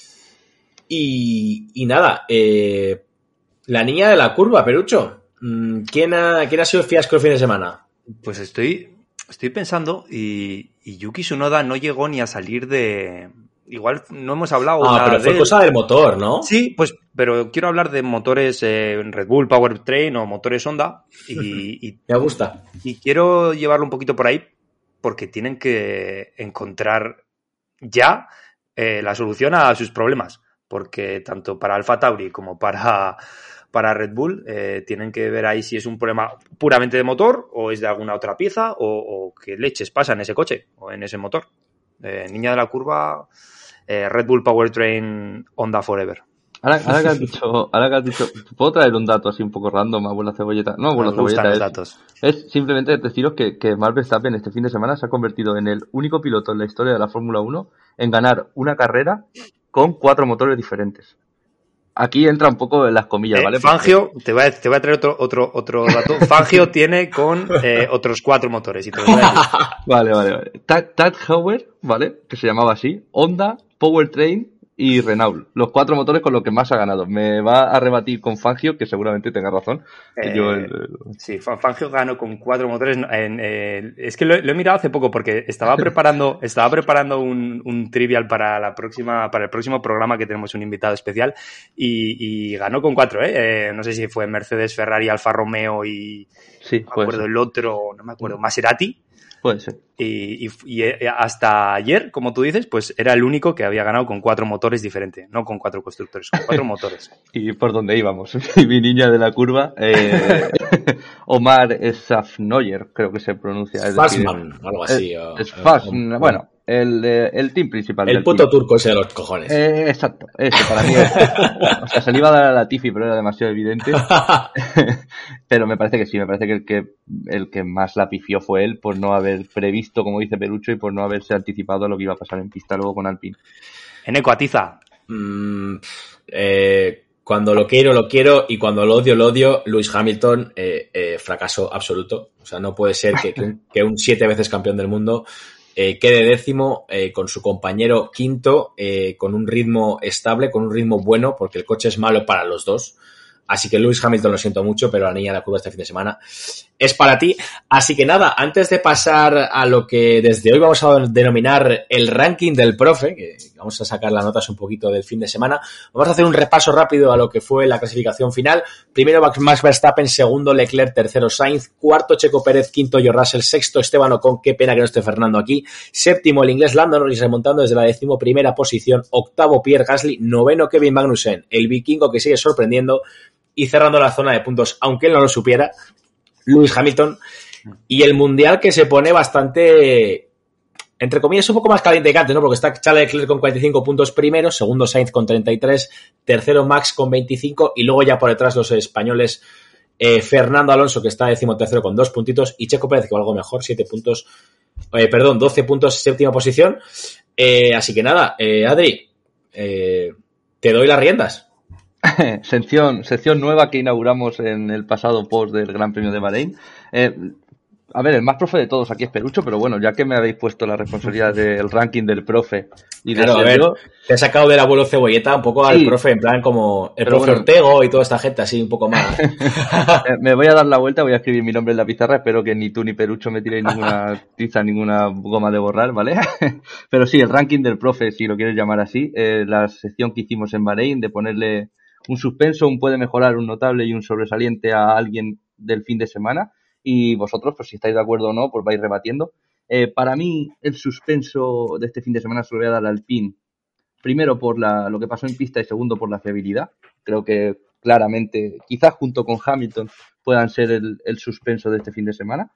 B: Y, y nada, eh, la niña de la curva, Perucho. Mm, ¿Quién ha, ¿Quién ha sido el fiasco el fin de semana?
D: Pues estoy, estoy pensando y, y Yuki Tsunoda no llegó ni a salir de, igual no hemos hablado
B: Ah,
D: nada
B: pero fue
D: de
B: cosa del motor, ¿no?
D: Sí, pues, pero quiero hablar de motores eh, Red Bull Powertrain o motores Honda y, y,
B: Me gusta.
D: y quiero llevarlo un poquito por ahí porque tienen que encontrar ya eh, la solución a sus problemas, porque tanto para Alfa Tauri como para, para Red Bull eh, tienen que ver ahí si es un problema puramente de motor o es de alguna otra pieza o, o qué leches pasa en ese coche o en ese motor. Eh, niña de la curva, eh, Red Bull Powertrain Honda Forever.
C: Ahora, ahora que has dicho, ahora que has dicho, ¿puedo traer un dato así un poco random, abuela cebolleta? No, abuela cebolleta,
D: los
C: es,
D: datos.
C: es simplemente deciros que, que Max Verstappen este fin de semana se ha convertido en el único piloto en la historia de la Fórmula uno en ganar una carrera con cuatro motores diferentes. Aquí entra un poco en las comillas,
D: eh,
C: ¿vale?
D: Fangio, te voy a, te voy a traer otro, otro, otro dato. Fangio tiene con eh, otros cuatro motores. Y te los voy a decir.
C: Vale, vale, vale. Tad, Tad Heuer, ¿vale? Que se llamaba así. Honda, Powertrain y Renault. Los cuatro motores con los que más ha ganado. Me va a rebatir con Fangio, que seguramente tenga razón.
D: Eh,
C: Yo el...
D: Sí, Fangio ganó con cuatro motores. En, en, es que lo, lo he mirado hace poco porque estaba preparando, estaba preparando un, un trivial para la próxima, para el próximo programa que tenemos un invitado especial y, y ganó con cuatro, ¿eh? Eh, no sé si fue Mercedes, Ferrari, Alfa Romeo y
C: sí,
D: no me acuerdo el otro, no me acuerdo, Maserati.
C: Puede ser.
D: Y, y, y hasta ayer, como tú dices, pues era el único que había ganado con cuatro motores diferentes, no con cuatro constructores, con cuatro motores.
C: ¿Y por dónde íbamos? Mi niña de la curva, eh, Omar Safnoyer, creo que se pronuncia. Es
B: Fassmann,
C: decir,
B: algo así.
C: Es,
B: o,
C: es Fassmann,
B: o,
C: bueno, el, el team principal.
B: El
C: del
B: puto
C: team.
B: turco ese de los cojones.
C: Eh, exacto, ese para mí es, o sea, se le iba a dar a Latifi, pero era demasiado evidente. Pero me parece que sí, me parece que el que el que más la pifió fue él por no haber previsto, como dice Perucho, y por no haberse anticipado a lo que iba a pasar en pista luego con Alpine.
D: Eneco, atiza.
B: Mm, eh, cuando lo quiero, lo quiero, y cuando lo odio, lo odio. Lewis Hamilton, eh, eh, fracaso absoluto. O sea, no puede ser que, que, un, que un siete veces campeón del mundo eh, quede décimo eh, con su compañero quinto, eh, con un ritmo estable, con un ritmo bueno, porque el coche es malo para los dos. Así que Lewis Hamilton, lo siento mucho, pero la niña de la curva este fin de semana es para ti. Así que nada, antes de pasar a lo que desde hoy vamos a denominar el ranking del profe, que vamos a sacar las notas un poquito del fin de semana, vamos a hacer un repaso rápido a lo que fue la clasificación final. Primero Max Verstappen, segundo Leclerc, tercero Sainz, cuarto Checo Pérez, quinto George Russell, sexto Esteban Ocon, qué pena que no esté Fernando aquí, séptimo el inglés Lando Norris remontando desde la decimoprimera posición, octavo Pierre Gasly, noveno Kevin Magnussen, el vikingo que sigue sorprendiendo, y cerrando la zona de puntos, aunque él no lo supiera, Lewis Hamilton, y el mundial que se pone bastante, entre comillas, un poco más caliente que antes, ¿no? Porque está Charles Leclerc con cuarenta y cinco puntos primero, segundo Sainz con treinta y tres, tercero Max con veinticinco, y luego ya por detrás los españoles, eh, Fernando Alonso, que está decimotercero con dos puntitos, y Checo Pérez, que va algo mejor, siete puntos, eh, perdón, doce puntos, séptima posición. Eh, así que nada, eh, Adri, eh, te doy las riendas.
C: sección, sección nueva que inauguramos en el pasado post del Gran Premio de Bahrein. Eh, a ver, el más profe de todos aquí es Perucho, pero bueno, ya que me habéis puesto la responsabilidad del ranking del profe y de
B: claro, a ver,
C: yo,
B: te he sacado del abuelo Cebolleta un poco al
C: sí,
B: profe, en plan como el
C: pero
B: profe
C: bueno,
B: Ortego y toda esta gente así un poco más.
C: me voy a dar la vuelta, voy a escribir mi nombre en la pizarra, espero que ni tú ni Perucho me tiréis ninguna tiza, ninguna goma de borrar, ¿vale? Pero sí, el ranking del profe, si lo quieres llamar así, eh, la sección que hicimos en Bahrein de ponerle un suspenso, un puede mejorar, un notable y un sobresaliente a alguien del fin de semana, y vosotros, pues si estáis de acuerdo o no, pues vais rebatiendo. Eh, para mí, el suspenso de este fin de semana se lo voy a dar al Alpine, primero por la, lo que pasó en pista y segundo por la fiabilidad. Creo que claramente, quizás junto con Hamilton, puedan ser el, el suspenso de este fin de semana.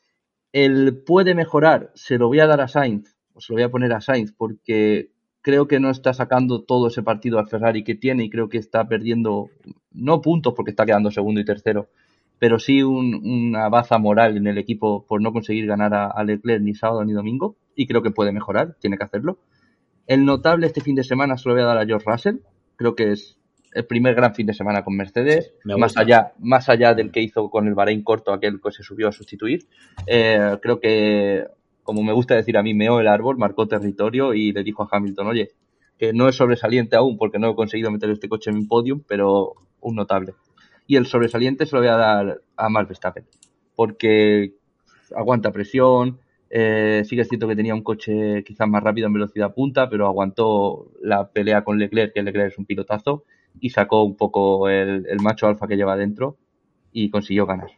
C: El puede mejorar, se lo voy a dar a Sainz, o se lo voy a poner a Sainz, porque creo que no está sacando todo ese partido al Ferrari que tiene y creo que está perdiendo, no puntos porque está quedando segundo y tercero, pero sí un, una baza moral en el equipo por no conseguir ganar a, a Leclerc ni sábado ni domingo, y creo que puede mejorar, tiene que hacerlo. El notable este fin de semana se lo voy a dar a George Russell, creo que es el primer gran fin de semana con Mercedes,
B: sí,
C: más allá más allá del que hizo con el Bahrein corto, aquel que se subió a sustituir. Eh, creo que, como me gusta decir a mí, meó el árbol, marcó territorio y le dijo a Hamilton, oye, que no es sobresaliente aún porque no he conseguido meter este coche en mi podium, pero un notable. Y el sobresaliente se lo voy a dar a Max Verstappen, porque aguanta presión, Eh, sí que es cierto que tenía un coche quizás más rápido en velocidad punta, pero aguantó la pelea con Leclerc, que Leclerc es un pilotazo, y sacó un poco el, el macho alfa que lleva dentro y consiguió ganar.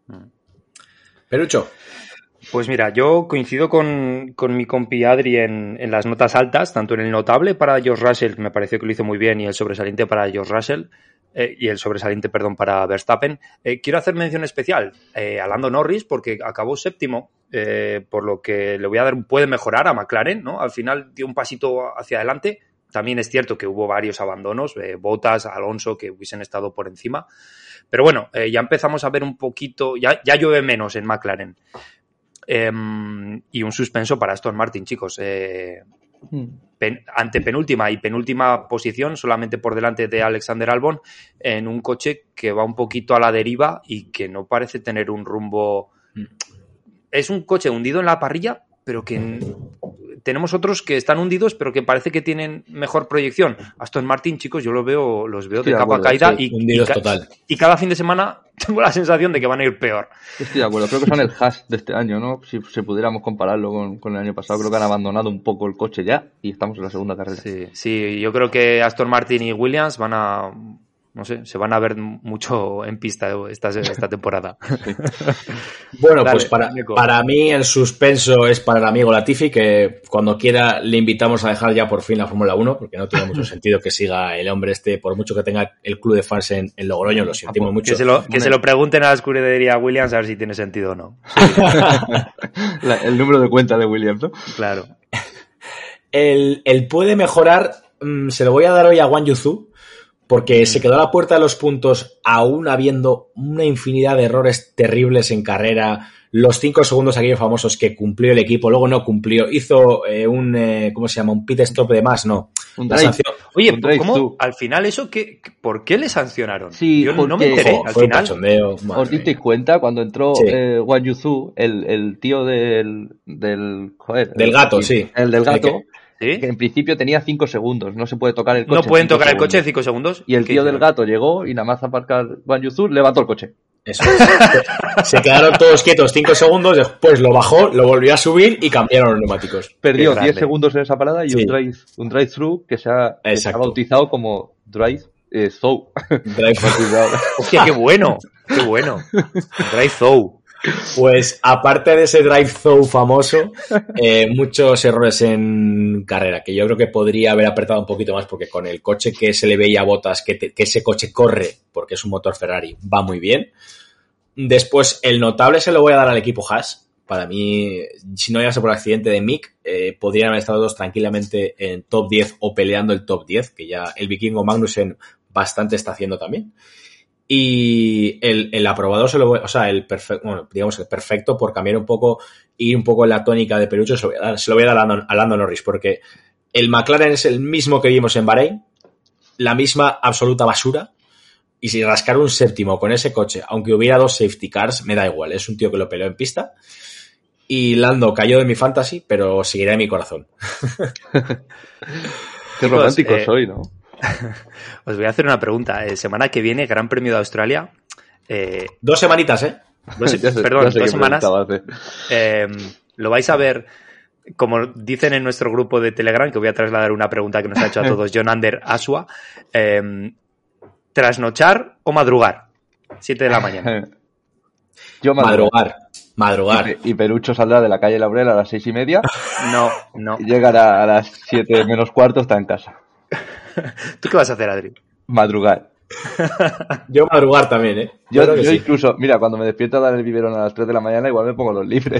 B: Perucho.
D: Pues mira, yo coincido con, con mi compi Adri en, en las notas altas, tanto en el notable para George Russell, que me pareció que lo hizo muy bien, y el sobresaliente para George Russell, eh, y el sobresaliente, perdón, para Verstappen. Eh, quiero hacer mención especial eh, a Lando Norris, porque acabó séptimo, eh, por lo que le voy a dar un puede mejorar a McLaren, ¿no? Al final dio un pasito hacia adelante. También es cierto que hubo varios abandonos, eh, Bottas, Alonso, que hubiesen estado por encima. Pero bueno, eh, ya empezamos a ver un poquito, ya, ya llueve menos en McLaren. Eh, y un suspenso para Aston Martin, chicos. Eh, pen, ante penúltima y penúltima posición, solamente por delante de Alexander Albon, en un coche que va un poquito a la deriva y que no parece tener un rumbo. Es un coche hundido en la parrilla, pero que tenemos otros que están hundidos, pero que parece que tienen mejor proyección. Aston Martin, chicos, yo los veo, los veo de capa acuerdo, caída
B: sí,
D: y, y, ca-
B: total.
D: y cada fin de semana tengo la sensación de que van a ir peor.
C: Estoy de acuerdo, creo que son el Haas de este año, ¿no? Si, si pudiéramos compararlo con, con el año pasado, creo que han abandonado un poco el coche ya y estamos en la segunda carrera.
D: Sí, sí, yo creo que Aston Martin y Williams van a, no sé, se van a ver mucho en pista esta, esta temporada. Sí.
B: Bueno, Dale, pues para, para mí el suspenso es para el amigo Latifi, que cuando quiera le invitamos a dejar ya por fin la Fórmula uno, porque no tiene mucho sentido que siga el hombre este, por mucho que tenga el club de fans en, en Logroño, lo sentimos mucho.
D: Que se lo, que se lo pregunten a la escudería Williams a ver si tiene sentido o no. Sí.
C: la, el número de cuenta de Williams, ¿no?
D: Claro.
B: El, el puede mejorar, mmm, se lo voy a dar hoy a Guan Yuzu, porque se quedó a la puerta de los puntos aún habiendo una infinidad de errores terribles en carrera, los cinco segundos aquellos famosos que cumplió el equipo, luego no cumplió, hizo eh, un, eh, ¿cómo se llama? Un pit stop de más, no.
C: Un drive.
D: Oye,
C: un drive
D: ¿cómo?
C: Through.
D: Al final eso, ¿qué, ¿por qué le sancionaron?
C: Sí,
D: yo no me enteré,
B: ojo,
D: al
B: fue
D: final.
B: Un cachondeo,
C: ¿Os disteis cuenta cuando entró
B: sí.
C: eh, Guan Yuzu, el, el tío del, del, joder,
B: del
C: el,
B: gato,
C: el,
B: sí.
C: El del gato.
D: ¿Sí?
C: Que en principio tenía cinco segundos, no se puede tocar el coche.
D: No pueden tocar
C: segundos.
D: el coche en cinco segundos.
C: Y el tío del gato llegó y nada más aparcar Guan Yuzu, levantó el coche.
B: Eso. Se quedaron todos quietos cinco segundos, después lo bajó, lo volvió a subir y cambiaron los neumáticos.
C: Perdió diez segundos en esa parada y
B: sí.
C: un drive un drive through que se ha, que se ha bautizado como drive eh, through.
B: Drive
D: Hostia, qué bueno, qué bueno. Drive through.
B: Pues aparte de ese drive-thru famoso, eh, muchos errores en carrera, que yo creo que podría haber apretado un poquito más, porque con el coche que se le veía a Bottas, que, te, que ese coche corre, porque es un motor Ferrari, va muy bien. Después, el notable se lo voy a dar al equipo Haas. Para mí, si no llegase por accidente de Mick, eh, podrían haber estado dos tranquilamente en top diez o peleando el top diez, que ya el vikingo Magnussen bastante está haciendo también. Y el, el aprobado se lo voy, o sea, el perfecto, bueno, digamos el perfecto, por cambiar un poco, ir un poco en la tónica de Perucho, se lo voy a dar, se lo voy a dar a, Lando, a Lando Norris, porque el McLaren es el mismo que vimos en Bahrein, la misma absoluta basura, y si rascar un séptimo con ese coche, aunque hubiera dos safety cars, me da igual, es un tío que lo peleó en pista, y Lando cayó de mi fantasy, pero seguirá en mi corazón.
C: Qué romántico
D: pues, eh...
C: soy, ¿no?
D: Os voy a hacer una pregunta. Eh, semana que viene, Gran Premio de Australia. Eh,
B: dos semanitas, ¿eh?
D: Dos, sé, perdón, dos semanas. Eh, lo vais a ver, como dicen en nuestro grupo de Telegram, que voy a trasladar una pregunta que nos ha hecho a todos John Ander Asua. Eh, ¿Trasnochar o madrugar? Siete de la mañana.
C: Yo
B: madrugar. Madrugar.
C: Y, y Perucho saldrá de la calle Laurel a las seis y media.
D: No, no.
C: Y llegará a las siete menos cuarto, está en casa.
D: ¿Tú qué vas a hacer, Adri?
C: Madrugar.
B: Yo madrugar también, ¿eh?
C: Yo,
B: yo,
C: yo
B: sí.
C: incluso, mira, cuando me despierto a dar el biberón a las tres de la mañana, igual me pongo los libres.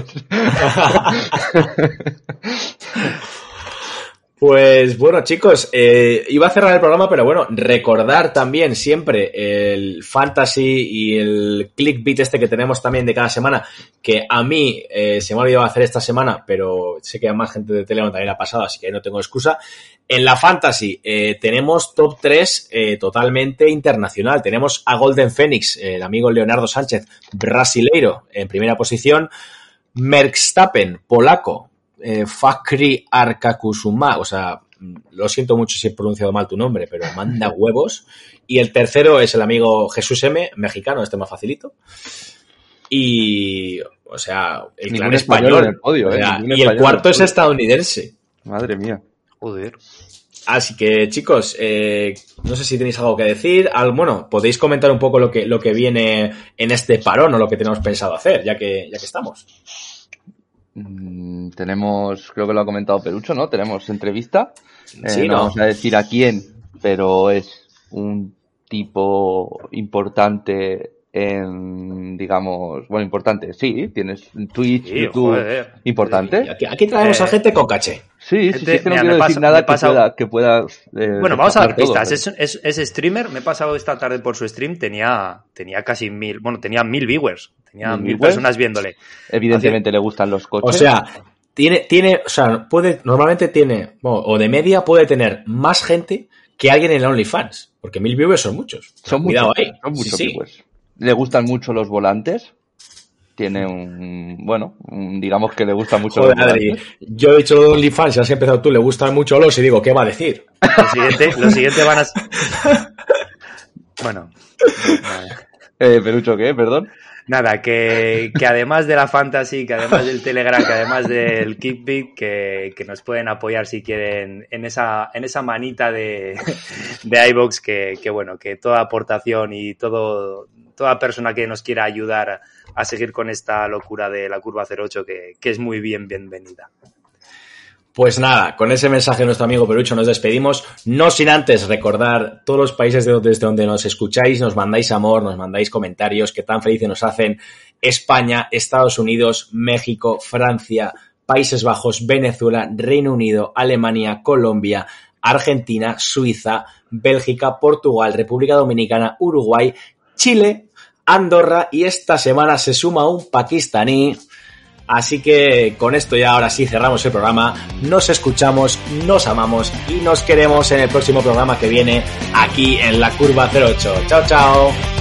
B: Pues bueno, chicos, eh, iba a cerrar el programa, pero bueno, recordar también siempre el fantasy y el clickbait este que tenemos también de cada semana, que a mí eh, se me ha olvidado hacer esta semana, pero sé que a más gente de Telegram también la ha pasado, así que no tengo excusa. En la fantasy eh, tenemos top tres eh, totalmente internacional. Tenemos a Golden Phoenix, eh, el amigo Leonardo Sánchez, brasileiro, en primera posición. Verstappen, polaco. Eh, Fakri Arkakusuma, o sea, lo siento mucho si he pronunciado mal tu nombre, pero manda huevos. Y el tercero es el amigo Jesús M, mexicano, este más facilito. y, o sea, el
C: Ningún
B: clan
C: español
B: español.
C: en el podio,
B: o
C: ¿eh?
B: sea,
C: Ningún
B: y el
C: español en
B: cuarto
C: el
B: es
C: podio.
B: estadounidense.
C: Madre mía.
D: Joder.
B: Así que, chicos, eh, no sé si tenéis algo que decir. Al, bueno, podéis comentar un poco lo que, lo que viene en este parón o lo que tenemos pensado hacer, ya que, ya que estamos.
C: Mm, tenemos, creo que lo ha comentado Perucho, ¿no? Tenemos entrevista. Eh,
B: Sí,
C: no
B: ¿no?
C: vamos a decir a quién, pero es un tipo importante en, digamos, bueno, importante, sí, tienes Twitch,
D: Sí,
C: YouTube,
D: joder.
C: importante.
B: Y aquí, aquí traemos
D: Eh,
B: a gente con caché.
C: Sí, sí,
D: Gente-
C: sí, es que no
D: mira,
C: quiero
D: me
C: decir
D: pasa-
C: nada
D: me
C: que
D: pasa-
C: pueda, que pueda eh,
D: Bueno, vamos a dar
C: rechazar todo,
D: pistas.
C: pero-
D: Es, es, es streamer. Me he pasado esta tarde por su stream. Tenía, tenía casi mil, bueno, tenía mil viewers. Tenía
C: ¿Mil
D: mil
C: viewers?
D: personas viéndole.
C: Evidentemente le gustan los coches.
B: O sea, tiene, tiene, o sea, puede, normalmente tiene, bueno, o de media puede tener más gente que alguien en OnlyFans, porque mil viewers son muchos.
C: son
B: Cuidado
C: muchos,
B: ahí.
C: son muchos
B: Sí, sí.
C: viewers. Le gustan mucho los volantes. Tiene un, bueno, un- digamos que le gustan mucho
B: Joder,
C: los
B: Adri,
C: volantes.
B: yo he dicho lo de OnlyFans, ya has empezado tú, le gustan mucho los y digo, ¿qué va a decir?
D: Lo siguiente, lo siguiente van a. Bueno. Nada.
C: Eh, Perucho, ¿qué? Perdón.
D: Nada, que, que además de la Fantasy, que además del Telegram, que además del Kickbit, que, que nos pueden apoyar si quieren en esa, en esa manita de, de iVoox, que, que bueno, que toda aportación y todo, toda persona que nos quiera ayudar a, a seguir con esta locura de la curva cero ocho, que, que es muy bien bienvenida.
B: Pues nada, con ese mensaje de nuestro amigo Perucho nos despedimos, no sin antes recordar todos los países de donde, desde donde nos escucháis, nos mandáis amor, nos mandáis comentarios, que tan felices nos hacen España, Estados Unidos, México, Francia, Países Bajos, Venezuela, Reino Unido, Alemania, Colombia, Argentina, Suiza, Bélgica, Portugal, República Dominicana, Uruguay, Chile, Andorra y esta semana se suma un pakistaní. Así que con esto ya ahora sí cerramos el programa, nos escuchamos, nos amamos y nos queremos en el próximo programa que viene aquí en la Curva cero ocho. Chao, chao.